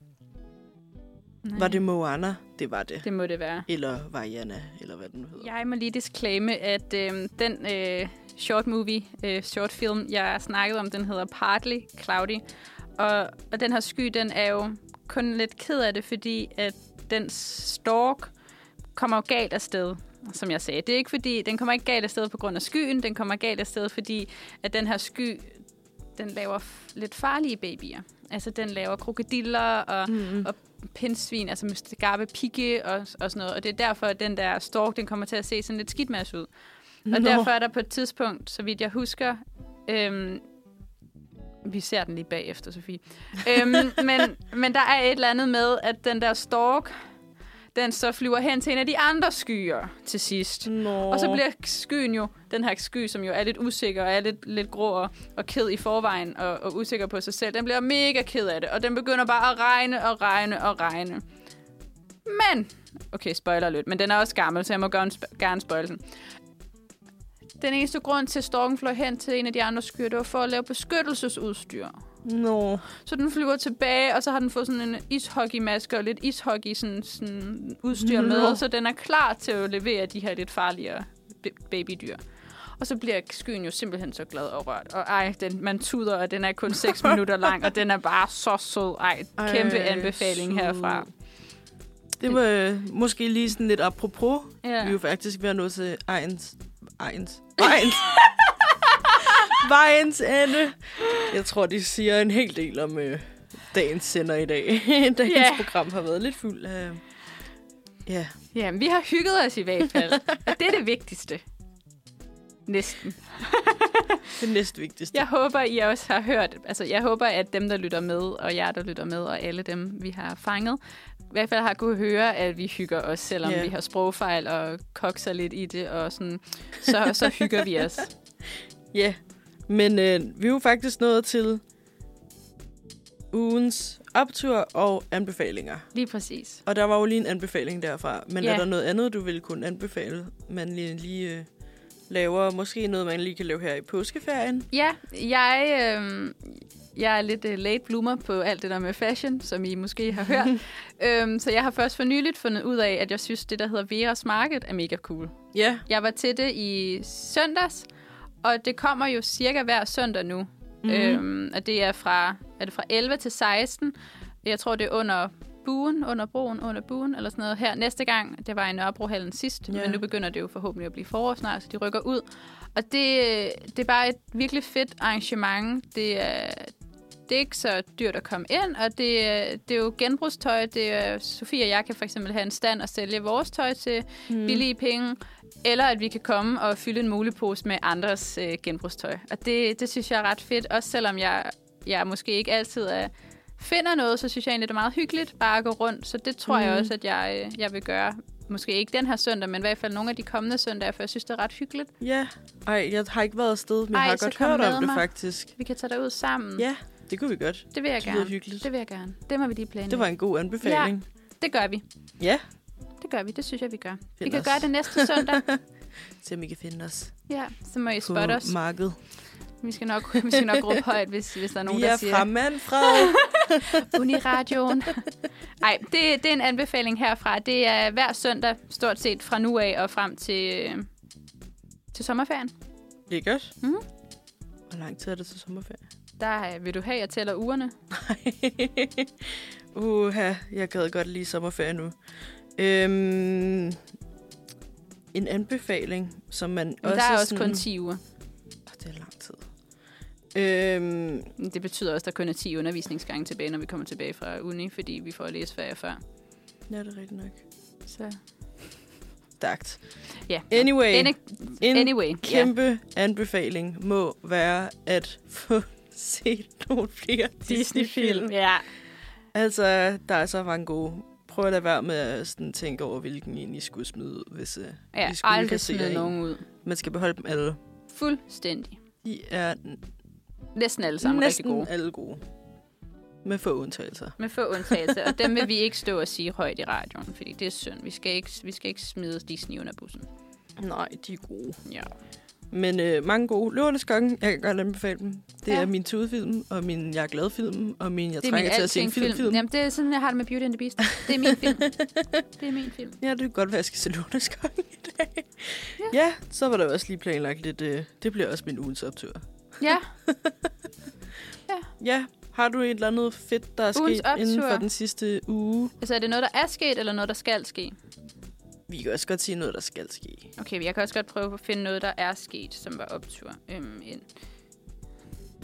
Nej. Var det Moana? Det var det. Det må det være. Eller Vaiana, eller hvad den hedder. Jeg må lige disclaime, at øh, den øh, short movie, øh, short film, jeg snakkede om, den hedder Partly Cloudy. Og, og den her sky, den er jo kun lidt ked af det, fordi at den stork kommer jo galt afsted, som jeg sagde. Det er ikke fordi, den kommer ikke galt afsted på grund af skyen, den kommer galt afsted, fordi at den her sky, den laver f- lidt farlige babyer. Altså, den laver krokodiller og, mm. og pindsvin, altså med skarpe pigge og, og sådan noget. Og det er derfor, at den der stork, den kommer til at se sådan lidt skidtmads ud. Og no. derfor er der på et tidspunkt, så vidt jeg husker, øhm, vi ser den lige bagefter, Sofie. øhm, men, men der er et eller andet med, at den der stork, den så flyver hen til en af de andre skyer til sidst. No. Og så bliver skyen jo, den her sky, som jo er lidt usikker og er lidt, lidt grå og, og ked i forvejen og, og usikker på sig selv, den bliver mega ked af det, og den begynder bare at regne og regne og regne. Men, okay, spoiler lidt, men den er også gammel, så jeg må gerne, gerne spoil den. Den eneste grund til, at storken fløj hen til en af de andre skyer, det var for at lave beskyttelsesudstyr. No. Så den flyver tilbage, og så har den fået sådan en ishockeymaske og lidt ishockey sådan, sådan udstyr no. med, så den er klar til at levere de her lidt farligere babydyr. Og så bliver skyen jo simpelthen så glad og rørt. Og ej, den, man tuder, og den er kun seks minutter lang, og den er bare så sød. Ej, kæmpe ej, anbefaling sød. Herfra. Det var øh, måske lige sådan lidt apropos. Ja. Vi er jo faktisk ved at nå til Ejens... Ejens... Ejens... Vejens ende. Jeg tror, de siger en hel del om øh, dagens sender i dag. Dagens yeah. program har været lidt fuld af... Ja. Ja, vi har hygget os i hvert fald. Og det er det vigtigste. Næsten. Det næstvigtigste. Jeg håber, I også har hørt... Altså, jeg håber, at dem, der lytter med, og jer, der lytter med, og alle dem, vi har fanget, i hvert fald har kunne høre, at vi hygger os, selvom yeah. vi har sprogfejl og kokser lidt i det, og sådan, så, så hygger vi os. Ja, yeah. Men øh, vi er jo faktisk nået til ugens optur og anbefalinger. Lige præcis. Og der var jo lige en anbefaling derfra. Men yeah. er der noget andet, du ville kunne anbefale, man lige, lige øh, laver? Måske noget, man lige kan lave her i påskeferien? Ja, jeg, øh, jeg er lidt uh, late bloomer på alt det der med fashion, som I måske har hørt. øhm, så jeg har først for nyligt fundet ud af, at jeg synes, det der hedder Veras Market er mega cool. Ja. Yeah. Jeg var til det i søndags, og det kommer jo cirka hver søndag nu. Mm-hmm. Øhm, og det er fra, er det fra elleve til seksten. Jeg tror, det er under buen, under broen, under buen, eller sådan noget her. Næste gang, det var i Nørrebrohallen sidst, yeah. men nu begynder det jo forhåbentlig at blive forår snart, så de rykker ud. Og det, det er bare et virkelig fedt arrangement. Det er, det er ikke så dyrt at komme ind, og det, det er jo genbrugstøj. Det er, Sofie og jeg kan for eksempel have en stand og sælge vores tøj til mm. billige penge, eller at vi kan komme og fylde en mulepose med andres øh, genbrugstøj. Og det, det synes jeg er ret fedt, også selvom jeg, jeg måske ikke altid er, finder noget, så synes jeg egentlig, det er meget hyggeligt bare at gå rundt. Så det tror mm. jeg også, at jeg, jeg vil gøre. Måske ikke den her søndag, men i hvert fald nogle af de kommende søndage, for jeg synes, det er ret hyggeligt. Ja, ej, jeg har ikke været afsted, men ej, jeg har godt hørt om det, mig. faktisk. Vi kan tage derud sammen. Ja, det kunne vi godt. Det vil jeg det gerne. Hyggeligt. Det vil jeg gerne. Det må vi lige planlægge. Det var en god anbefaling. Ja, det gør vi. Ja. Det gør vi, det synes jeg, vi gør. Find vi kan os. gøre det næste søndag. Se om I kan finde os. Ja, så må I spotte os. På markedet. Vi skal nok, vi skal nok råbe højt, hvis, hvis der er nogen, vi er der siger... Vi er fra Manfred. Uniradioen. Ej, det, det er en anbefaling herfra. Det er hver søndag, stort set fra nu af og frem til, til sommerferien. Det er godt. Mm-hmm. Hvor lang tid er det til sommerferien? Der vil du have, jeg tæller ugerne. Uha, jeg gad godt lige sommerferie nu. Øhm, en anbefaling, som man Men også... der er også sådan... kun ti uger. Det er lang tid. Øhm, det betyder også, at der kun er ti undervisningsgange tilbage, når vi kommer tilbage fra uni, fordi vi får læseferier før. Ja, det er rigtigt nok. Så... Stærkt. Ja. Anyway, Any, en anyway, kæmpe yeah. anbefaling må være at få set nogle flere Disney-film. Ja. Altså, der er så mange gode. Prøv at lade være med at sådan, tænke over, hvilken en I skulle smide ud, hvis uh, ja, I skulle aldrig smide nogen ud. Man skal beholde dem alle. Fuldstændig. I er næsten alle sammen næsten rigtig gode. alle gode. Med få undtagelser. Med få undtagelser. Og dem vil vi ikke stå og sige højt i radioen, fordi det er synd. Vi skal ikke, vi skal ikke smide Disney under bussen. Nej, de er gode. Ja. Men øh, mange gode. Løvernes Konge, jeg kan godt anbefale dem. Det ja. er min tudefilm, og min jeg er glad film, og min jeg det trænger til at se en film. film. Jamen, det er sådan, jeg har det med Beauty and the Beast. Det er min film. Det er min film. Ja, det kan godt være, at jeg skal se Løvernes Konge i dag. Ja. ja, så var der også lige planlagt lidt. Øh, det bliver også min ugens optur. Ja. ja. Ja. Har du et eller andet fedt, der er ugens sket optur. inden for den sidste uge? Altså, er det noget, der er sket, eller noget, der skal ske? Vi kan også godt sige noget, der skal ske. Okay, jeg kan også godt prøve at finde noget, der er sket, som var optur. Øhm, en...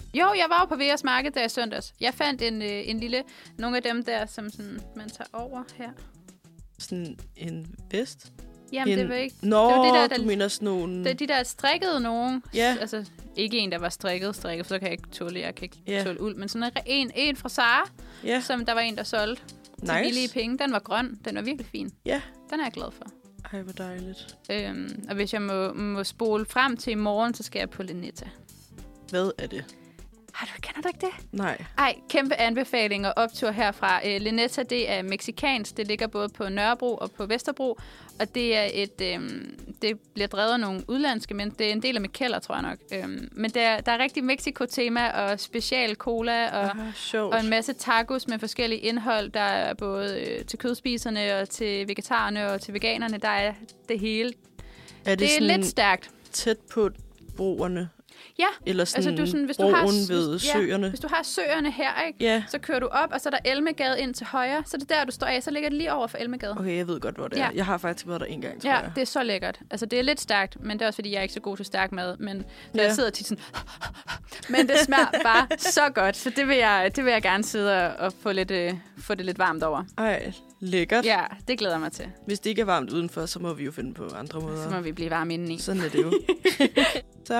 Jo, jeg var jo på V R's Marked der i søndags. Jeg fandt en, øh, en lille... Nogle af dem der, som sådan, man tager over her. Sådan en vest? Jamen, en... det var ikke... Nå, det var de der, der, du mener sådan nogle... Det, de der strikkede nogen. Ja. Altså, ikke en, der var strikket, strikket, for så kan jeg ikke tåle, jeg kan ikke yeah. tåle uld. Men sådan en, en fra Zara, yeah. som der var en, der solgte nice. til billige penge. Den var grøn. Den var virkelig fin. Ja. Yeah. Den er jeg glad for. Ej, hvor dejligt. Øhm, og hvis jeg må, må spole frem til i morgen, så skal jeg på Linetta. Hvad er det? Har du, kender du ikke det? Nej. Ej, kæmpe anbefaling og optur herfra. Uh, Linetta, det er mexikansk. Det ligger både på Nørrebro og på Vesterbro. Og det er et, øhm, det bliver drevet af nogle udlandske, men det er en del af McKellar, tror jeg nok. Øhm, men der, der er rigtig Mexico-tema og special cola og, Aha, og en masse tacos med forskellige indhold. Der er både øh, til kødspiserne og til vegetarerne og til veganerne. Der er det hele. Er det, det er lidt stærkt. Tæt på broerne? Ja, eller sådan altså du sådan, hvis du broen har ved hvis, søerne. Ja, hvis du har søerne her, ikke? Ja. Så kører du op, og så er der Elmegade ind til højre. Så det er der, du står af. Så ligger det lige over for Elmegade. Okay, jeg ved godt, hvor det er. Ja. Jeg har faktisk været der en gang, tror ja, jeg. Ja, det er så lækkert. Altså, det er lidt stærkt, men det er også, fordi jeg er ikke så god til stærk mad. Men når ja. jeg sidder tit sådan... men det smager bare så godt. Så det vil jeg, det vil jeg gerne sidde og, og få, lidt, øh, få det lidt varmt over. Ej, lækkert. Ja, det glæder jeg mig til. Hvis det ikke er varmt udenfor, så må vi jo finde på andre måder. Så må vi blive varme indeni. Sådan er det jo. Så...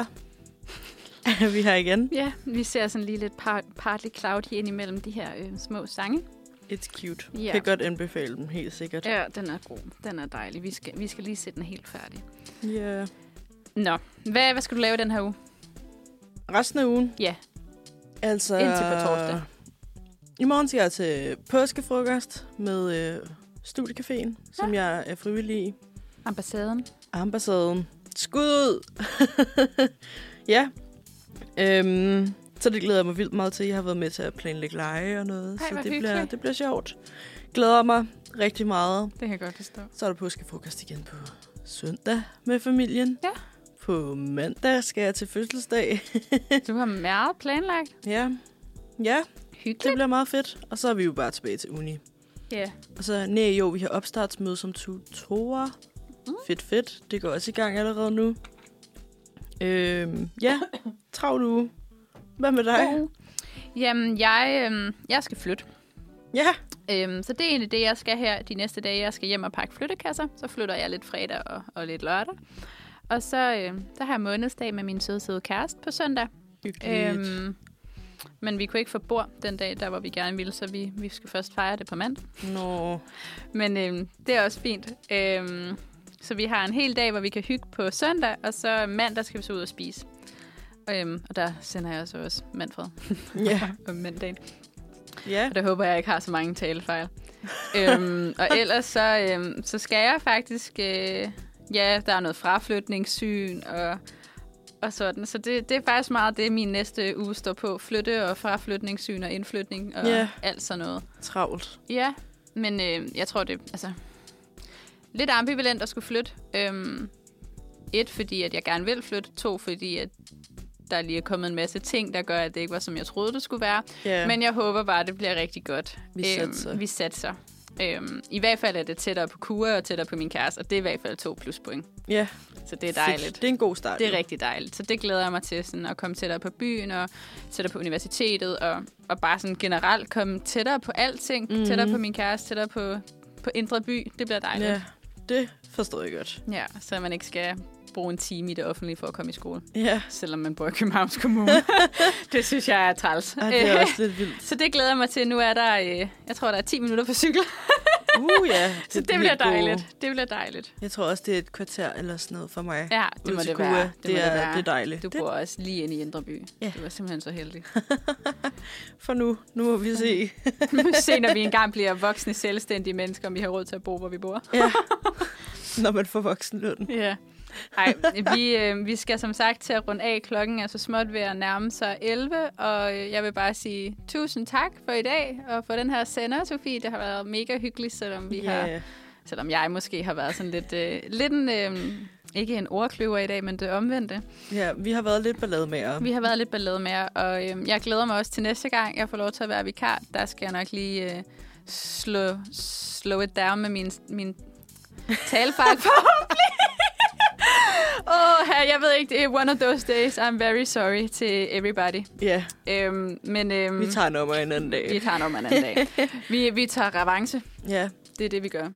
vi her igen. Ja, vi ser sådan lige lidt part- partly cloudy ind imellem de her øh, små sange. It's cute. Ja. Kan godt anbefale dem, helt sikkert. Ja, den er god. Den er dejlig. Vi skal, vi skal lige sætte den helt færdig. Ja. Yeah. Nå, hvad, hvad skal du lave den her uge? Resten af ugen? Ja. Altså... Indtil på torsdag. I morgen skal jeg til påskefrokost med øh, Studiecaféen, som ja. jeg er frivillig i. Ambassaden. Ambassaden. Skud ud! Ja. Øhm, så det glæder jeg mig vildt meget til. Jeg har været med til at planlægge lege og noget. Ej, så det bliver, det bliver sjovt. Glæder mig rigtig meget. Det kan jeg godt forstå. Så er der påskefrokost igen på søndag med familien. Ja. På mandag skal jeg til fødselsdag. Du har meget planlagt. Ja. Ja. Hyggeligt. Det bliver meget fedt. Og så er vi jo bare tilbage til uni. Ja. Yeah. Og så, nej jo, vi har opstartsmøde som tutorer. Mm. Fedt, fedt. Det går også i gang allerede nu. Øhm, ja, travlt uge. Hvad med dig? Uh. Jamen, jeg, øhm, jeg skal flytte. Ja. Øhm, så det er egentlig det, jeg skal her de næste dage. Jeg skal hjem og pakke flyttekasser. Så flytter jeg lidt fredag og, og lidt lørdag. Og så øhm, der har jeg månedsdag med min søde, søde kæreste på søndag. Øhm, men vi kunne ikke få bord den dag, der hvor vi gerne ville, så vi, vi skal først fejre det på mandag. Nå. Men øhm, det er også fint. Øhm, så vi har en hel dag, hvor vi kan hygge på søndag, og så mandag skal vi så ud og spise. Øhm, og der sender jeg så også Manfred yeah. om mandagen. Yeah. Og der håber jeg ikke har så mange talefejl. øhm, og ellers så, øhm, så skal jeg faktisk... Øh, ja, der er noget fraflytningssyn og, og sådan. Så det, det er faktisk meget det, min næste uge står på. Flytte og fraflytningssyn og indflytning og yeah. alt sådan noget. Travlt. Ja, men øh, jeg tror det... altså lidt ambivalent at skulle flytte. Øhm, et, fordi at jeg gerne vil flytte. To, fordi at der lige er kommet en masse ting, der gør, at det ikke var, som jeg troede, det skulle være. Yeah. Men jeg håber bare, at det bliver rigtig godt. Vi øhm, satser. Vi satser. Øhm, I hvert fald er det tættere på Kura og tættere på min kæreste, og det er i hvert fald to plus-point. Ja. Yeah. Så det er dejligt. Fedt. Det er en god start. Det er rigtig dejligt. Så det glæder jeg mig til, sådan at komme tættere på byen og tættere på universitetet, og, og bare sådan generelt komme tættere på alting. Mm-hmm. Tættere på min kæreste, tættere på, på Indre By. Det bliver dejligt. Ja, det forstår jeg godt. Ja, så man ikke skal bruge en time i det offentlige for at komme i skole. Ja. Selvom man bor i Københavns Kommune. Det synes jeg er træls. Ja, det er også lidt vildt. Så det glæder jeg mig til. Nu er der, øh, jeg tror, der er ti minutter på cykel. Uh, ja. Det så det bliver dejligt. Gode. Det bliver dejligt. Jeg tror også, det er et kvarter eller sådan noget for mig. Ja, det må det være. Det, det, må er, det, være. det er dejligt. Du det... bor også lige inde i Indre By. Ja. Du var simpelthen så heldig. For nu, nu må vi se. Nu må vi se, når vi engang bliver voksne, selvstændige mennesker, om vi har råd til at bo, hvor vi bor. Ja, når man får voksenløn. Ja. Ej, vi, øh, vi skal som sagt til at runde af. Klokken er så småt ved at nærme sig elleve, og jeg vil bare sige tusind tak for i dag, og for den her sender, Sofie. Det har været mega hyggeligt, selvom vi yeah. har, selvom jeg måske har været sådan lidt, øh, lidt en, øh, ikke en ordkløver i dag, men det omvendte. Ja, vi har været lidt ballade med jer. Vi har været lidt ballade med jer, og øh, jeg glæder mig også til næste gang, jeg får lov til at være vikar. Der skal jeg nok lige øh, slå, slå it down med min, min talefejl forhåbentlig. Åh, jeg ved ikke, det er one of those days. I'm very sorry to everybody. Ja. Yeah. Øhm, men, øhm, vi tager nummer en anden dag. Vi tager nummer en anden dag. Vi, vi tager revanche. Ja. Det er det, vi gør.